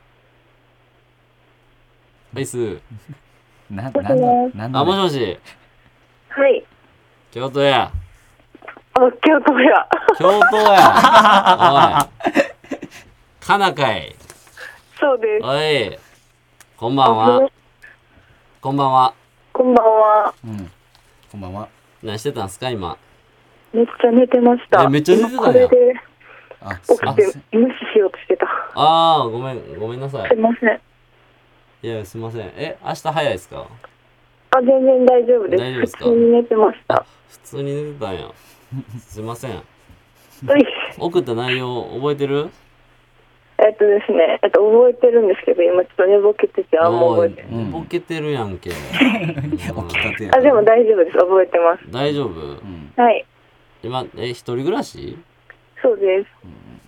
アイスなんあ、もしもし。 はい。 京都や。 京都や。 京都や。おい。かなかい。 そうです。 おい。こんばんは。こんばんは。 こんばんは。 こんばんは。 何してたんすか今。 めっちゃ寝てました。 めっちゃ寝てたんや。 これで起きて無視しようとしてた。 ああ、ごめんなさい。 すいません。 いや、すいません。明日早いですか？ 全然大丈夫です。 大丈夫ですか？ 普通に寝てました。 普通に寝てたんや。すいません。 はい。 送った内容覚えてる？ ですね、覚えてるんですけど、今ちょっと寝ぼけてて、あんま覚えてない。 寝ぼけてるやんけ。起きたてや。 でも大丈夫です。覚えてます。 大丈夫？ はい。 今、一人暮らし？ そうです。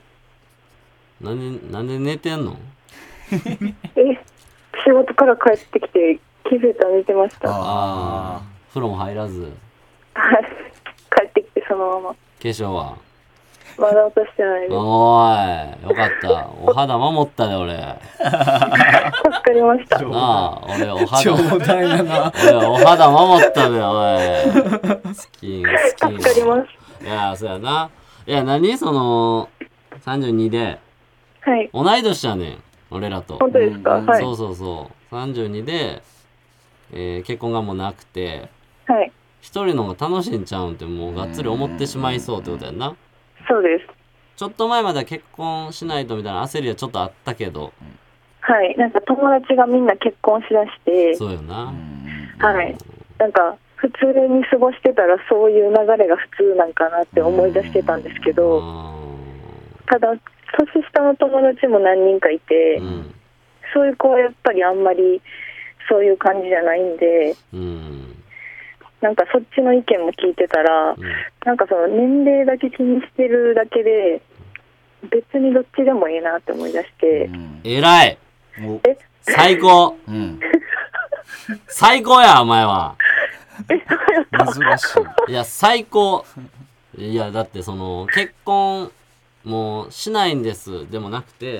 なんで寝てんの？ 仕事から帰ってきて気づいたら寝てました。 風呂も入らず。 はい。帰ってきてそのまま。 化粧は？ まだ落としてないです。 おーい、よかった。お肌守ったで俺。 助かりました。 俺お肌。 冗談やな。 俺お肌守ったでおい。スキン。 助かります。 いや、そうやな。いや、何その32で。 はい。 同い年やねん。俺らと。 本当ですか？はい。 そう32で、結婚がもうなくて、 はい。 一人の方が楽しいんちゃうんってもうがっつり思ってしまいそうってことやんな。 そうです。 ちょっと前までは結婚しないとみたいな焦りはちょっとあったけど、 はい。なんか友達がみんな結婚しだして、 そうよな。 はい。なんか普通に過ごしてたらそういう流れが普通なんかなって思い出してたんですけど、ただ年下の友達も何人かいて、そういう子はやっぱりあんまりそういう感じじゃないんで、なんかそっちの意見も聞いてたら、なんかその年齢だけ気にしてるだけで別にどっちでもいいなって思い出して、 偉い。最高。最高やお前は。 珍しい。いや最高。いやだってその結婚もうしないんですでもなくて、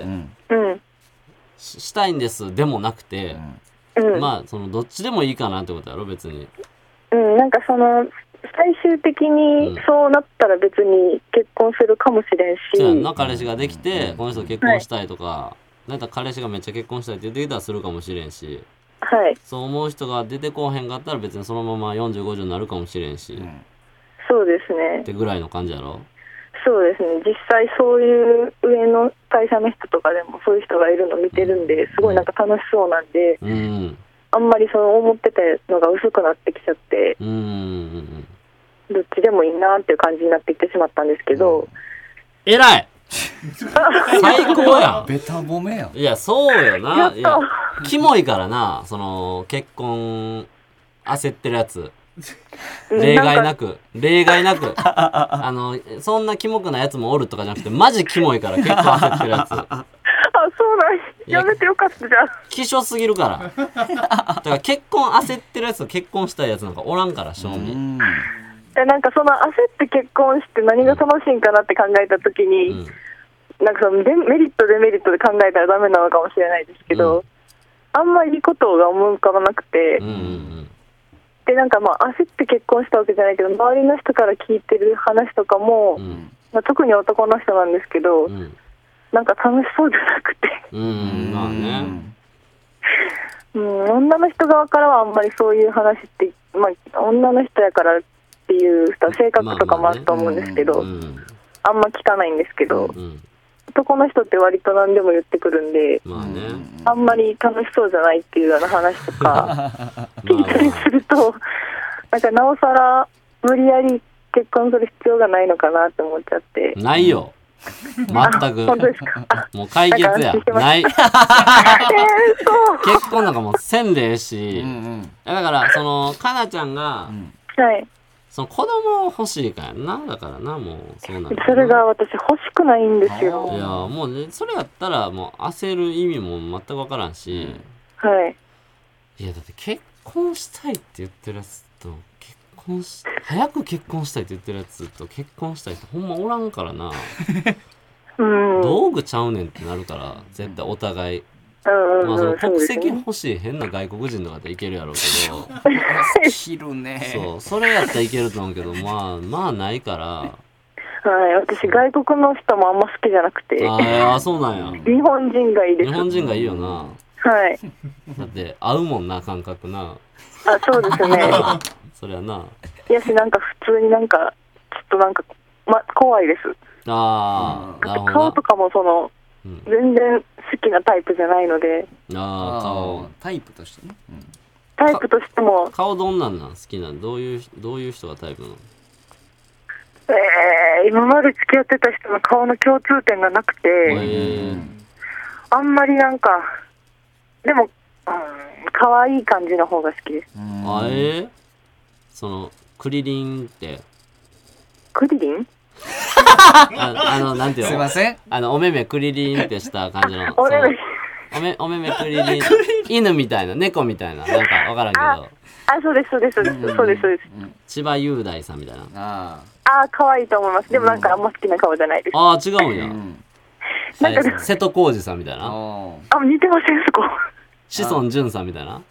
したいんですでもなくて、まあそのどっちでもいいかなってことやろ別に。 なんかその最終的にそうなったら別に結婚するかもしれんし、 そうやんな。彼氏ができてこの人結婚したいとか、なんか彼氏がめっちゃ結婚したいって言ってきたらするかもしれんし、 はい、 そう思う人が出てこうへんかったら別にそのまま40、50になるかもしれんし、 そうですねってぐらいの感じやろ。 そうですね。実際そういう上の会社の人とかでもそういう人がいるの見てるんで、すごいなんか楽しそうなんで、あんまりその思ってたのが薄くなってきちゃって、どっちでもいいなっていう感じになっていってしまったんですけど、 偉い最高やん。 ベタ褒めやん。 いやそうよな。いやキモいからな、その結婚焦ってるやつ。例外なくそんなキモくないやつもおるとかじゃなくてマジキモいから結婚焦ってるやつ。 そうなんやめてよかったじゃん。 希少すぎるからだから結婚焦ってるやつと結婚したいやつなんかおらんから正味。 なんかその焦って結婚して何が楽しいんかなって考えた時に、なんかそのメリットデメリットで考えたらダメなのかもしれないですけど、あんまりいいことが思い浮かばなくて、でなんかまあ焦って結婚したわけじゃないけど、周りの人から聞いてる話とかも、特に男の人なんですけど、なんか楽しそうじゃなくてまあね、 女の人側からはあんまりそういう話って、まあ、女の人やからっていう性格とかもあると思うんですけど、あんま聞かないんですけど、男の人って割と何でも言ってくるんで、あんまり楽しそうじゃないっていうような話とか聞いたりすると、なんかなおさら無理やり結婚する必要がないのかなって思っちゃって。 ないよ全く。 本当ですか？ もう解決やない結婚なんかもうせんでええし、だからそのかなちゃんが、その子供欲しいからな。だからな、もうそうなんだ。 それが私欲しくないんですよ。 いやもうね、それやったらもう焦る意味も全く分からんし、いやだって結婚したいって言ってるやつと早く結婚したいって言ってるやつと結婚したい人ほんまおらんからな。 道具ちゃうねんってなるから絶対お互い。まあその国籍欲しい変な外国人とかでいけるやろうけど切るね。 そうそれやったらいけると思うけどまあないから。 はい、私外国の人もあんま好きじゃなくて。 あ、そうなんや。 日本人がいいです。 日本人がいいよな。 はい。 だって合うもんな感覚な。 あ、そうですね。 そりゃな。 いやしなんか普通になんかちょっとなんか怖いです。 ああ、なるほど。 顔とかもその、全然好きなタイプじゃないので。 顔タイプとしてね。 タイプとしても。 顔どんなん好きなん？どういう人がタイプなの？ 今まで付き合ってた人の顔の共通点がなくて、あんまりなんかでも可愛い感じの方が好きです。 そのクリリンってクリリン？ なんていうの？ すいません。 お目目クリリンってした感じの。お目目クリリン。犬みたいな、猫みたいな、なんかわからんけど。 そうです。 千葉雄大さんみたいな。 可愛いと思います。でもなんかあんま好きな顔じゃないです。 違うんや。なんか瀬戸康史さんみたいな。 似てませんそこ。 志尊淳さんみたいな。 は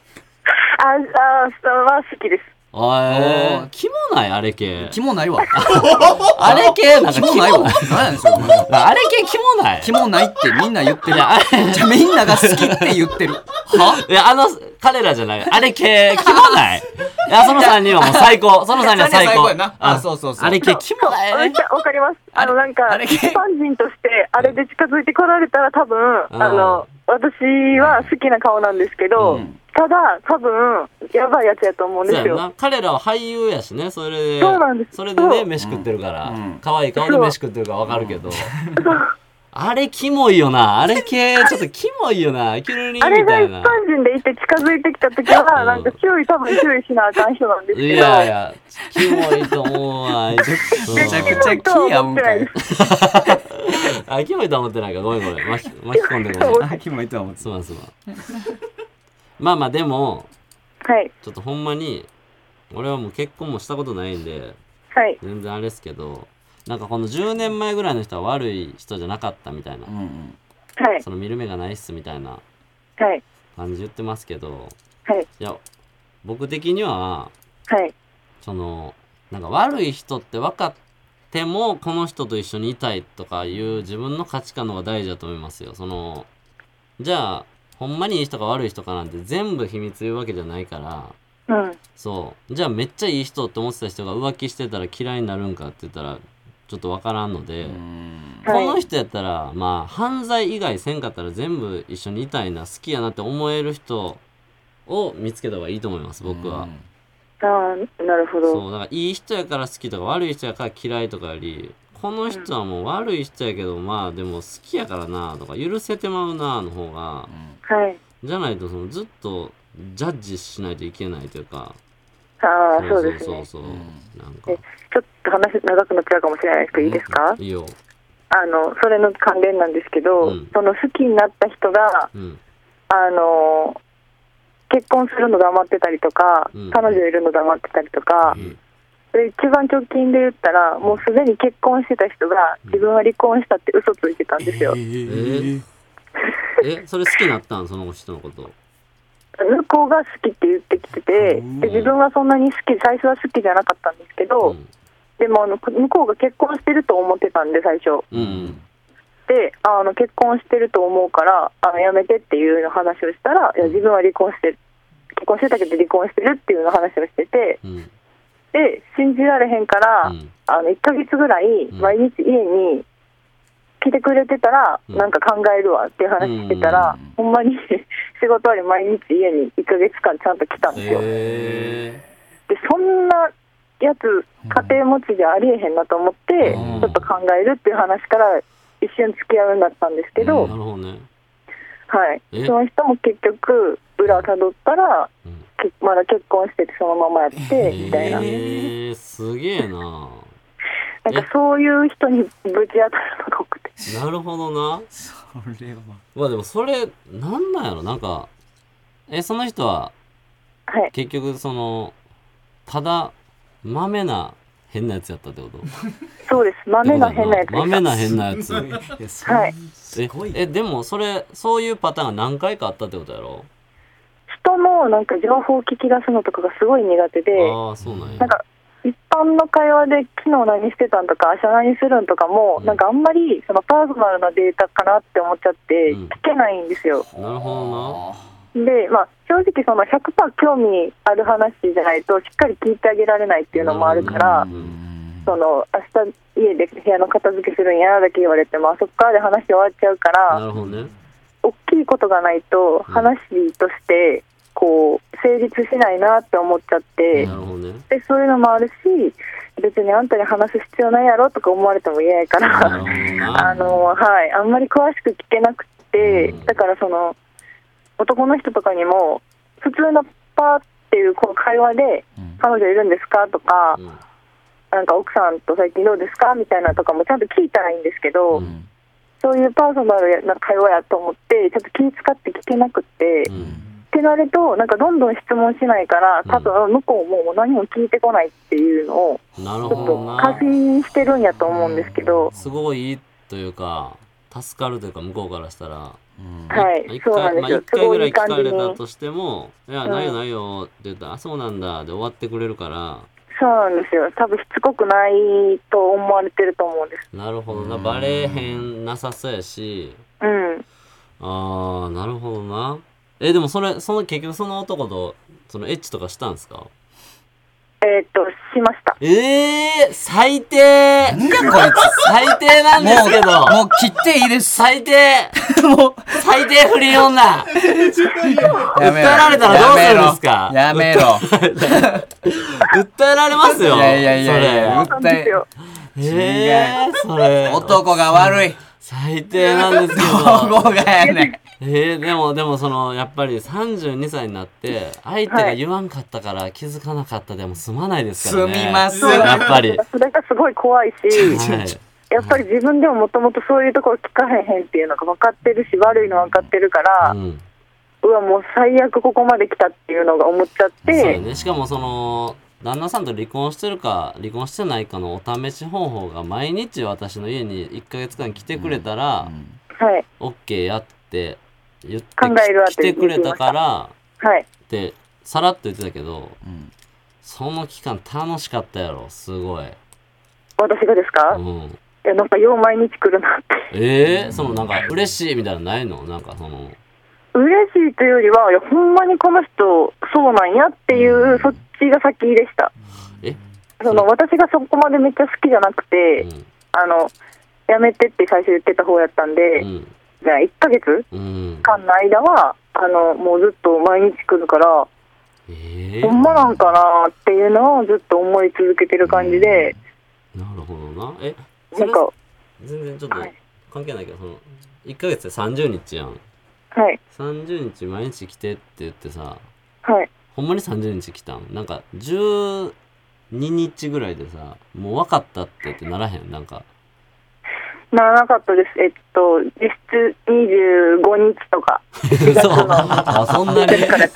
好きです。 キモないあれ系。 キモないわ。 あれ系なんかキモないわ。何ですよ。 あれ系キモない。 キモないってみんな言ってる。じゃあみんなが好きって言ってる。 いや彼らじゃない。あれ系キモない。いやその3人はもう最高。その3人は最高。 そう。 あれ系キモない。 わかります。なんか一般人としてあれで近づいてこられたら多分私は好きな顔なんですけど。ただ多分やばいやつやと思うんですよ。 彼らは俳優やしね。それでね飯食ってるから可愛い顔で飯食ってるから分かるけどあれキモいよな。あれ系ちょっとキモいよな。キルリンみたいな。 あれが一般人でいて近づいてきた時はなんか多分注意しなあかん人なんですけど。いやキモいと思うわ。めちゃくちゃキやもんかい。 キモいとは思ってないからごめん巻き込んでごめん。 キモいとは思ってすまんまあでも、ちょっとほんまに俺はもう結婚もしたことないんで、全然あれですけどなんかこの10年前ぐらいの人は悪い人じゃなかったみたいな、その見る目がないっすみたいな感じ言ってますけど、いや僕的には、そのなんか悪い人って分かってもこの人と一緒にいたいとかいう自分の価値観の方が大事だと思いますよ。じゃあほんまにいい人か悪い人かなんて全部秘密言うわけじゃないから、そうじゃあめっちゃいい人って思ってた人が浮気してたら嫌いになるんかって言ったらちょっと分からんので、この人やったらまあ犯罪以外せんかったら全部一緒にいたいな好きやなって思える人を見つけた方がいいと思います僕は。 なるほど。 そうだからいい人やから好きとか悪い人やから嫌いとかよりこの人はもう悪い人やけどまあでも好きやからなとか許せてまうなの方が、じゃないとずっとジャッジしないといけないというか。 そうですね。 そうなんかちょっと話長くなっちゃうかもしれないですけどいいですか？ いいよ。 それの関連なんですけど、その好きになった人が、結婚するの黙ってたりとか、彼女いるの黙ってたりとか、で一番直近で言ったらもうすでに結婚してた人が自分は離婚したって嘘ついてたんですよ。 それ好きになったんその人のこと？ 向こうが好きって言ってきてて、で自分はそんなに最初は好きじゃなかったんですけど、でも向こうが結婚してると思ってたんで最初、で結婚してると思うからやめてっていう話をしたら、いや自分は結婚してたけど離婚してるっていうの話をしてて、で信じられへんから、1ヶ月ぐらい毎日家に来てくれてたら、なんか考えるわっていう話してたら、ほんまに仕事終わり毎日家に1ヶ月間ちゃんと来たんですよ。でそんなやつ家庭持ちじゃありえへんなと思って、ちょっと考えるっていう話から一瞬付き合うようになったんですけど、その人も結局裏たどったら、まだ結婚しててそのままやってみたいな。 すげえな。 なんかそういう人にぶち当たるのが多くて。 なるほどな。それはまあでもそれなんなんやろ。なんかその人は、結局ただまめな変なやつやったってこと？ そうです。豆な変なやつでした。 豆な変なやつ。 はい。 でもそういうパターンが何回かあったってことやろ？ 人のなんか情報を聞き出すのとかがすごい苦手で、 そうなんや。 なんか一般の会話で昨日何してたんとか明日何するんとかも、なんかあんまりそのパーソナルなデータかなって思っちゃって聞けないんですよ。 なるほどな。で、正直その 100% 興味ある話じゃないとしっかり聞いてあげられないっていうのもあるから、その明日家で部屋の片付けするんやだけ言われてもそっからで話終わっちゃうから、 なるほどね。 大きいことがないと話としてこう成立しないなって思っちゃって、 なるほどね。 でそういうのもあるし、別にあんたに話す必要ないやろとか思われても嫌やからはい、あんまり詳しく聞けなくて、だからその男の人とかにも普通のパーっていうこう会話で彼女いるんですかとか、なんか奥さんと最近どうですかみたいなとかもちゃんと聞いたらいいんですけど、そういうパーソナルな会話やと思ってちょっと気遣って聞けなくて、ってなるとなんかどんどん質問しないから多分向こうも何も聞いてこないっていうのをちょっと過信してるんやと思うんですけど、 すごいいいというか助かるというか向こうからしたら、 はい、そうなんですよ。 1回ぐらい聞かれたとしてもいやないよないよって言ったらそうなんだで終わってくれるから。 そうなんですよ。多分しつこくないと思われてると思うんです。 なるほどな。バレへんなさそうやし、 なるほどな。でもその結局その男とそのエッチとかしたんですか？ しました。 最低。 なんだこいつ。 最低なんですけど。 もう切っていいです。 最低。もう最低不倫女。訴えられたらどうするんですか？ やめろ。 訴えられますよ。 いや訴え。 それ。 男が悪い。 最低なんですけど。 どこがやねん。 でもそのやっぱり32歳になって相手が言わんかったから気づかなかったでも済まないですからね。 済みます。 やっぱりそれがすごい怖いし、やっぱり自分でももともとそういうところ聞かへんっていうのが分かってるし、悪いの分かってるから、うわもう最悪ここまで来たっていうのが思っちゃって。 そうね。しかもその旦那さんと離婚してるか離婚してないかのお試し方法が毎日私の家に1ヶ月間来てくれたら、OK やって言って来てくれたからってさらっと言ってたけど、その期間楽しかったやろ。すごい。 私がですか？いやなんかよう毎日来るなって。 そのなんか嬉しいみたいなのないの？なんかその嬉しいというよりは、いやほんまにこの人そうなんやっていう、そっちが先でした。その私がそこまでめっちゃ好きじゃなくて、やめてって最初言ってた方やったんで、じゃあ1ヶ月間の間はもうずっと毎日来るから、ほんまなんかなっていうのをずっと思い続けてる感じで。 なるほどな。 なんか全然ちょっと関係ないけど、その1ヶ月で30日やん。 はい。 30日毎日来てって言ってさ、 はい。 ほんまに30日来たん？なんか12日ぐらいでさ、もう分かったってならへん？なんかならなかったです。実質25日とか。 そうそんなに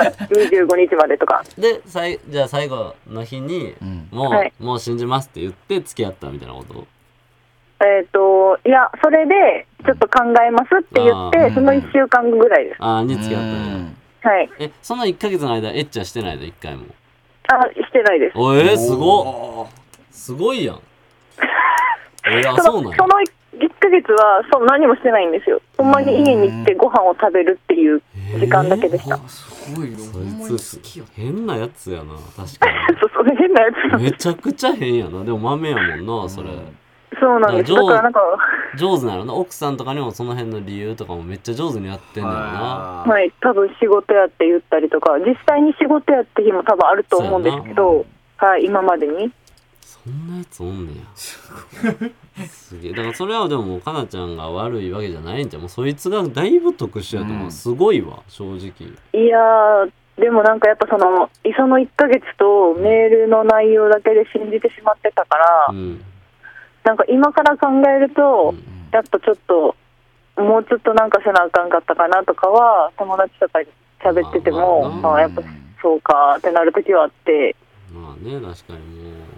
25日までとか。 でじゃあ最後の日に、もう信じますって言って付き合ったみたいなこと？ いやそれでちょっと考えますって言ってその1週間ぐらいです。 に付き合ったんや。はい。 その1ヶ月の間エッチはしてないの？1回も？ してないです。 すごいやん。そうなんや。 その1ヶ月は何もしてないんですよ。ほんまに家に行ってご飯を食べるっていう時間だけでした。 すごいよ。 そいつ変なやつやな。確かに。 そう変なやつ。 めちゃくちゃ変やな。でも豆やもんなそれ。 そうなんです。だからなんか上手なのな。奥さんとかにもその辺の理由とかもめっちゃ上手にやってんねんな。 はい、多分仕事やって言ったりとか、実際に仕事やって日も多分あると思うんですけど、はい、今までに。 そんなやつおんねや。すげえ。だからそれはでもかなちゃんが悪いわけじゃないんじゃん。もうそいつがだいぶ特殊やと思う。すごいわ正直。 いやでもなんかやっぱその1ヶ月とメールの内容だけで信じてしまってたから、なんか今から考えると、やっぱちょっともうちょっとなんかせなあかんかったかなとかは友達とかに喋ってても、やっぱそうかってなる時はあって。 まあね、確かにもう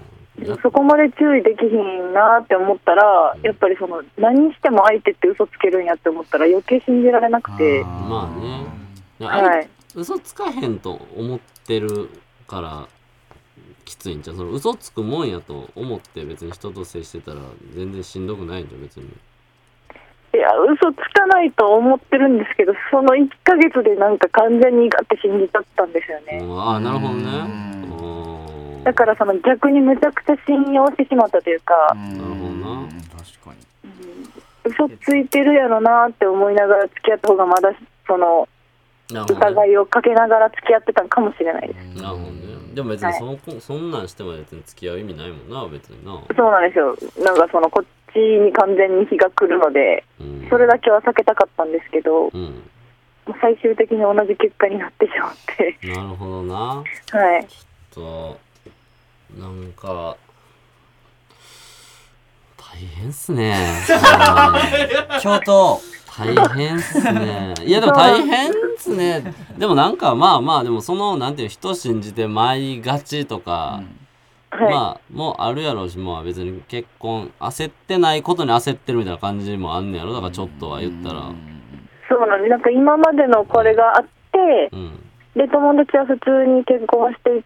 そこまで注意できひんなって思ったら、やっぱりその何しても相手って嘘つけるんやって思ったら余計信じられなくて。 まあね、 はい、 嘘つかへんと思ってるからきついんじゃん。その嘘つくもんやと思って別に人と接してたら全然しんどくないんじゃん別に。 いや、嘘つかないと思ってるんですけど、その1ヶ月でなんか完全にガッて信じちゃったんですよね。 ああ、なるほどね。 だからその逆にめちゃくちゃ信用してしまったというか。 なるほどな。 確かに。 嘘ついてるやろなって思いながら付き合った方がまだその疑いをかけながら付き合ってたかもしれないです。 なるほどね。でも別にそんなんしても別に付き合う意味ないもんな別にな。 そうなんですよ。なんかそのこっちに完全に火が来るので、それだけは避けたかったんですけど、最終的に同じ結果になってしまって。 なるほどな。はい。 ちょっとなんか大変っすね。 京都大変っすね。いやでも大変っすね。でもなんかまあまあでもそのなんていう人信じて舞いがちとか、まあもうあるやろうし、もう別に結婚焦ってないことに焦ってるみたいな感じもあんねやろ。だからちょっとは言ったら。 そうなんで、なんか今までのこれがあって、で友達は普通に結婚していって、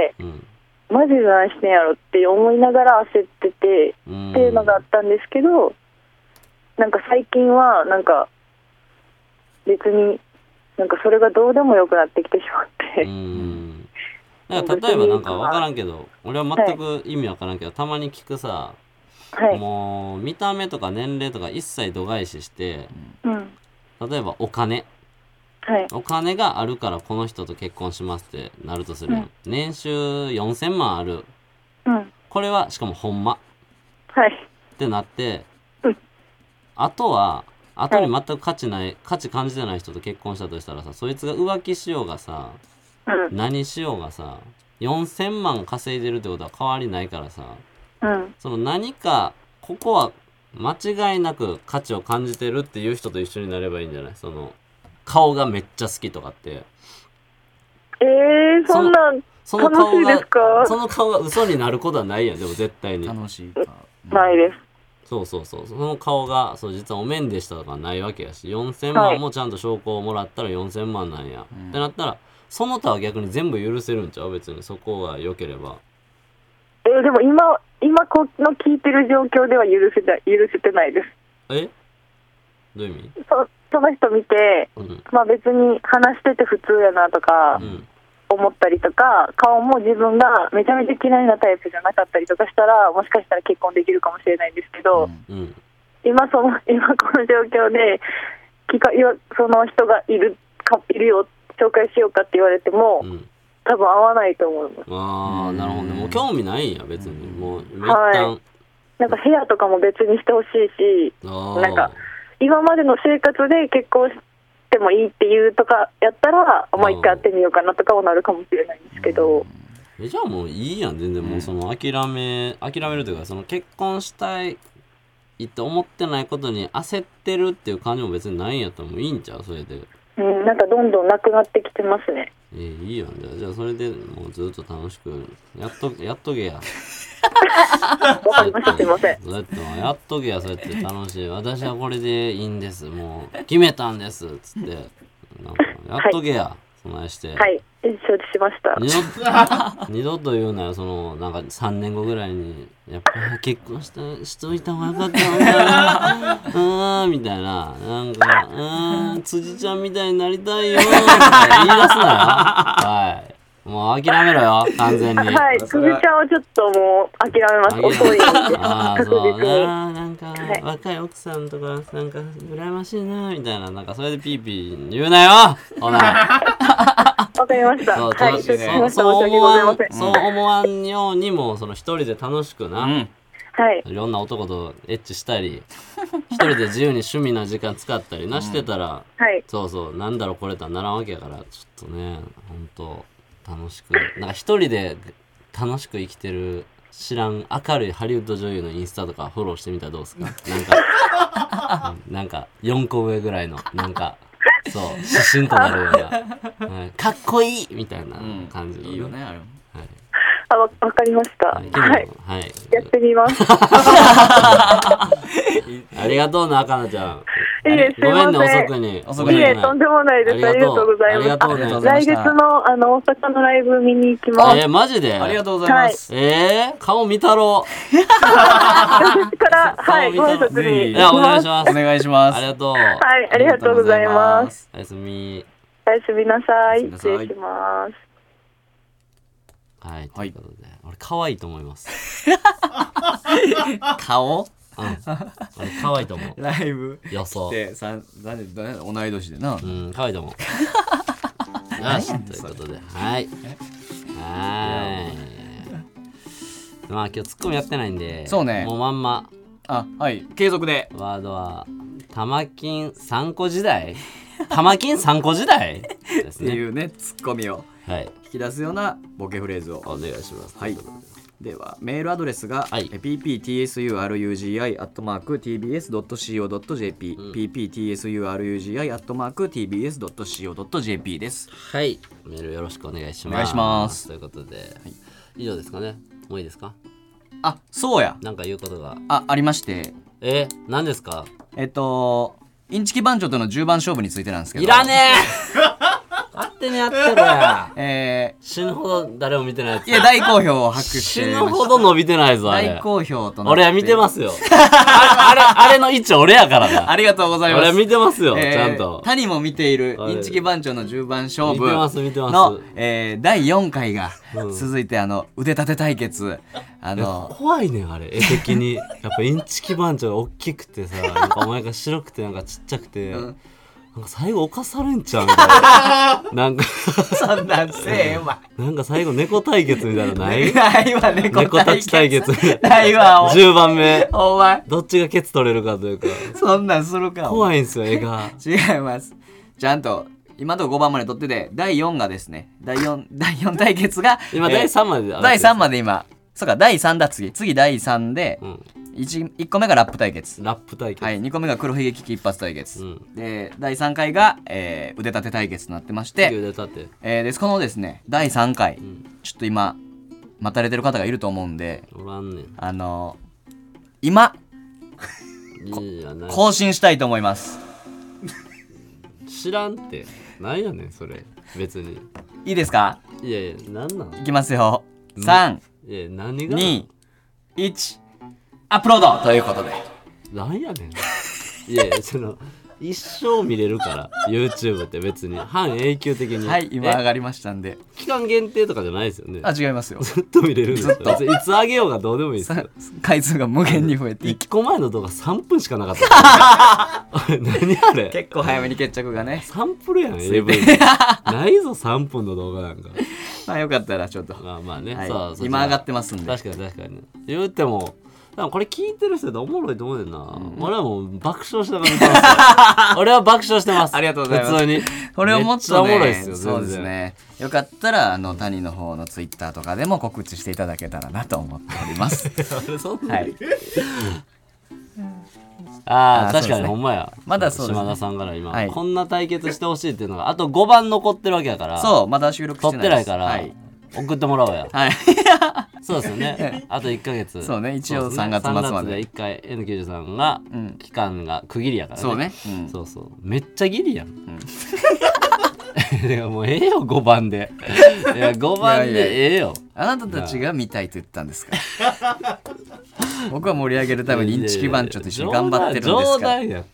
マジで何してんやろって思いながら焦っててっていうのがあったんですけど、なんか最近はなんか別になんかそれがどうでもよくなってきてしまって。 だから例えばなんか分からんけど、俺は全く意味分からんけど、たまに聞くさ、もう見た目とか年齢とか一切度外視して、例えばお金、お金があるからこの人と結婚しますってなるとする、年収4000万ある、これはしかもほんま、ってなって、後に全く価値感じてない人と結婚したとしたらさ、そいつが浮気しようがさ、何しようがさ、4000万稼いでるってことは変わりないからさ、その何かここは間違いなく価値を感じてるっていう人と一緒になればいいんじゃない？その顔がめっちゃ好きとかって。 そんなんその楽しいですか？ その顔が嘘になることはないやん。でも絶対に楽しいないです。 そうその顔が実はお面でしたとかないわけやし、4000万もちゃんと証拠をもらったら4000万なんや、ってなったらその他は逆に全部許せるんちゃう？別にそこが良ければ。 でも今この聞いてる状況では許せてないです。 どういう意味？ その人見て、まあ別に話してて普通やなとか思ったりとか、顔も自分がめちゃめちゃ嫌いなタイプじゃなかったりとかしたら、もしかしたら結婚できるかもしれないんですけど、今この状況でその人がいるよ、紹介しようかって言われても、多分合わないと思います。 なるほどね。もう興味ないんや別に。もう一旦、 なんか部屋とかも別にしてほしいし、なんか今までの生活で結婚してもいいっていうとかやったら、もう一回会ってみようかなとかはなるかもしれないんですけど。 じゃあもういいやん全然。もうその諦めるというか、その結婚したいって思ってないことに焦ってるっていう感じも別にないんやったらもういいんちゃう？それで。 なんかどんどんなくなってきてますね。 いいやん。じゃあそれでもうずっと楽しくやっとけや。 わかりました、すいません。 そうやってやっとけや。そうやって楽しい、私はこれでいいんです、もう決めたんですっつってなんかやっとけや、そないして。 承知しました。 二度と言うなよ。そのなんか3年後ぐらいにやっぱり結婚しといた方がよかったのかなみたいな、なんか辻ちゃんみたいになりたいよって言い出すなよ。もう諦めろよ完全に。 辻ちゃんはちょっともう諦めます。遅いんで。 そうな、なんか、若い奥さんとかなんか羨ましいなみたいな、なんかそれでピーピー言うなよ。ほな。 わかりました。 そう思わんようにも、その一人で楽しくな、いろんな男とエッチしたり、一人で自由に趣味な時間使ったりなしてたら、そうなんだろうこれとはならんわけやから、ちょっとね本当楽しく、なんか一人で楽しく生きてる知らん明るいハリウッド女優のインスタとかフォローしてみたらどうですか？なんか4個上ぐらいのなんかそう指針となるような、かっこいいみたいな感じの、 いいよねあれも。 わかりました。はい。はい。やってみます。 ありがとうな、かなちゃん。 いえ、すいません。 ごめんね、遅くに。 いえ、とんでもないです。ありがとうございます。来月の大阪のライブ見に行きます。 マジで？ ありがとうございます。 顔見たろ。 私からはいご挨拶に。 いや、お願いします。 お願いします。 ありがとう。 はい、ありがとうございます。 おやすみ。 おやすみなさい。失礼します。 はい、ということで、俺可愛いと思います。 顔？ 俺可愛いと思う。 ライブ予想。 同い年でな。 うん、可愛いと思う。よし、ということで、はい。まあ今日ツッコミやってないんで、 そうね。 もうまんま。 はい、継続で。 ワードは玉金3個時代。玉金3個時代ですね。 っていうね、ツッコミを引き出すようなボケフレーズをお願いします。 はい。ではメールアドレスが pptsurugi@tbs.co.jp pptsurugi@tbs.co.jp です。 はい。メールよろしくお願いします。 お願いします。 ということで、以上ですかね。もういいですか？ そうや。 なんか言うことがありまして。 何ですか？ インチキ番長との10番勝負についてなんですけど。 いらねえ。勝手にやってろや。死ぬほど誰も見てないやつ。 いや、大好評を博して死ぬほど伸びてないぞ、あれ。 大好評となって。 俺は見てますよ。あれの位置俺やからな。 ありがとうございます。 俺は見てますよ、ちゃんと。 谷も見ているインチキ番長の10番勝負の見てます。 第4回が続いて腕立て対決。 怖いねん、あれ、絵的に。やっぱインチキ番長が大きくてさ、なんかお前が白くてなんかちっちゃくて。なんか最後犯されんちゃうみたいな。なんかそんなんせえわ。 なんか最後猫対決みたいなのない？ ないわ、猫たち対決。 ないわ。 10番目。 お前。 どっちがケツ取れるかというか。 そんなんするか。 怖いんすよ、絵が。 違います。ちゃんと今のとこ5番まで取ってて、第4がですね、第4対決が今第3まで第3まで今。そうか、第3だ、次第3で、1個目がラップ対決。 はい、 2個目が黒ひげ危機一発対決。で、第3回が、腕立て対決となってまして、で、このですね、第3回、ちょっと今、待たれてる方がいると思うんで、今、更新したいと思います。 知らんって。なんやねん、それ。別に。 いいですか？ いやいや、なんなん？ いきますよ。3、2、1、アップロードということで。 なんやねん。いやいや、一生見れるから YouTube って別に半永久的に。 はい、今上がりましたんで。 期間限定とかじゃないですよね。 違いますよ。 ずっと見れるんですよ。いつ上げようがどうでもいいですよ。 回数が無限に増えて 1個前の動画3分しかなかった何あれ。 結構早めに決着がね。 サンプルやん、AV ないぞ3分の動画なんか。 まあよかったらちょっとまあね、 今上がってますんで。 確かに言ってもこれ聞いてる人でおもろいと思うねんな。俺はもう爆笑しながら見てます。俺は爆笑してます。 ありがとうございます。 普通にこれをもっとね、 おもろいですよ。 そうですね。よかったら谷の方のツイッターとかでも告知していただけたらなと思っております。はい。 確かにほんまや。 まだそうですね。 島田さんから今こんな対決してほしいっていうのがあと5番残ってるわけやから。 そう、まだ収録してないから。送ってもらおうや。 はい。 そうですよね。あと1ヶ月。 そうね、一応3月末まで。 3月で1回 N93 が期間が区切りやからね。 そうね。 そうそう。めっちゃギリやん。もうええよ5番で。いや5番でええよ。 あなたたちが見たいと言ったんですから。僕は盛り上げるためにインチキ番長と一緒に頑張ってるんですから。 冗談やって。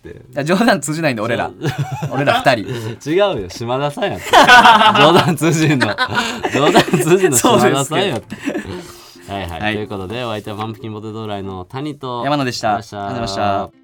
冗談通じないんで俺ら2人。 違うよ、島田さんやって。冗談通じんの島田さんやって。はい、ということでお相手はパンプキンポテトフライの谷と山野でした。 ありがとうございました。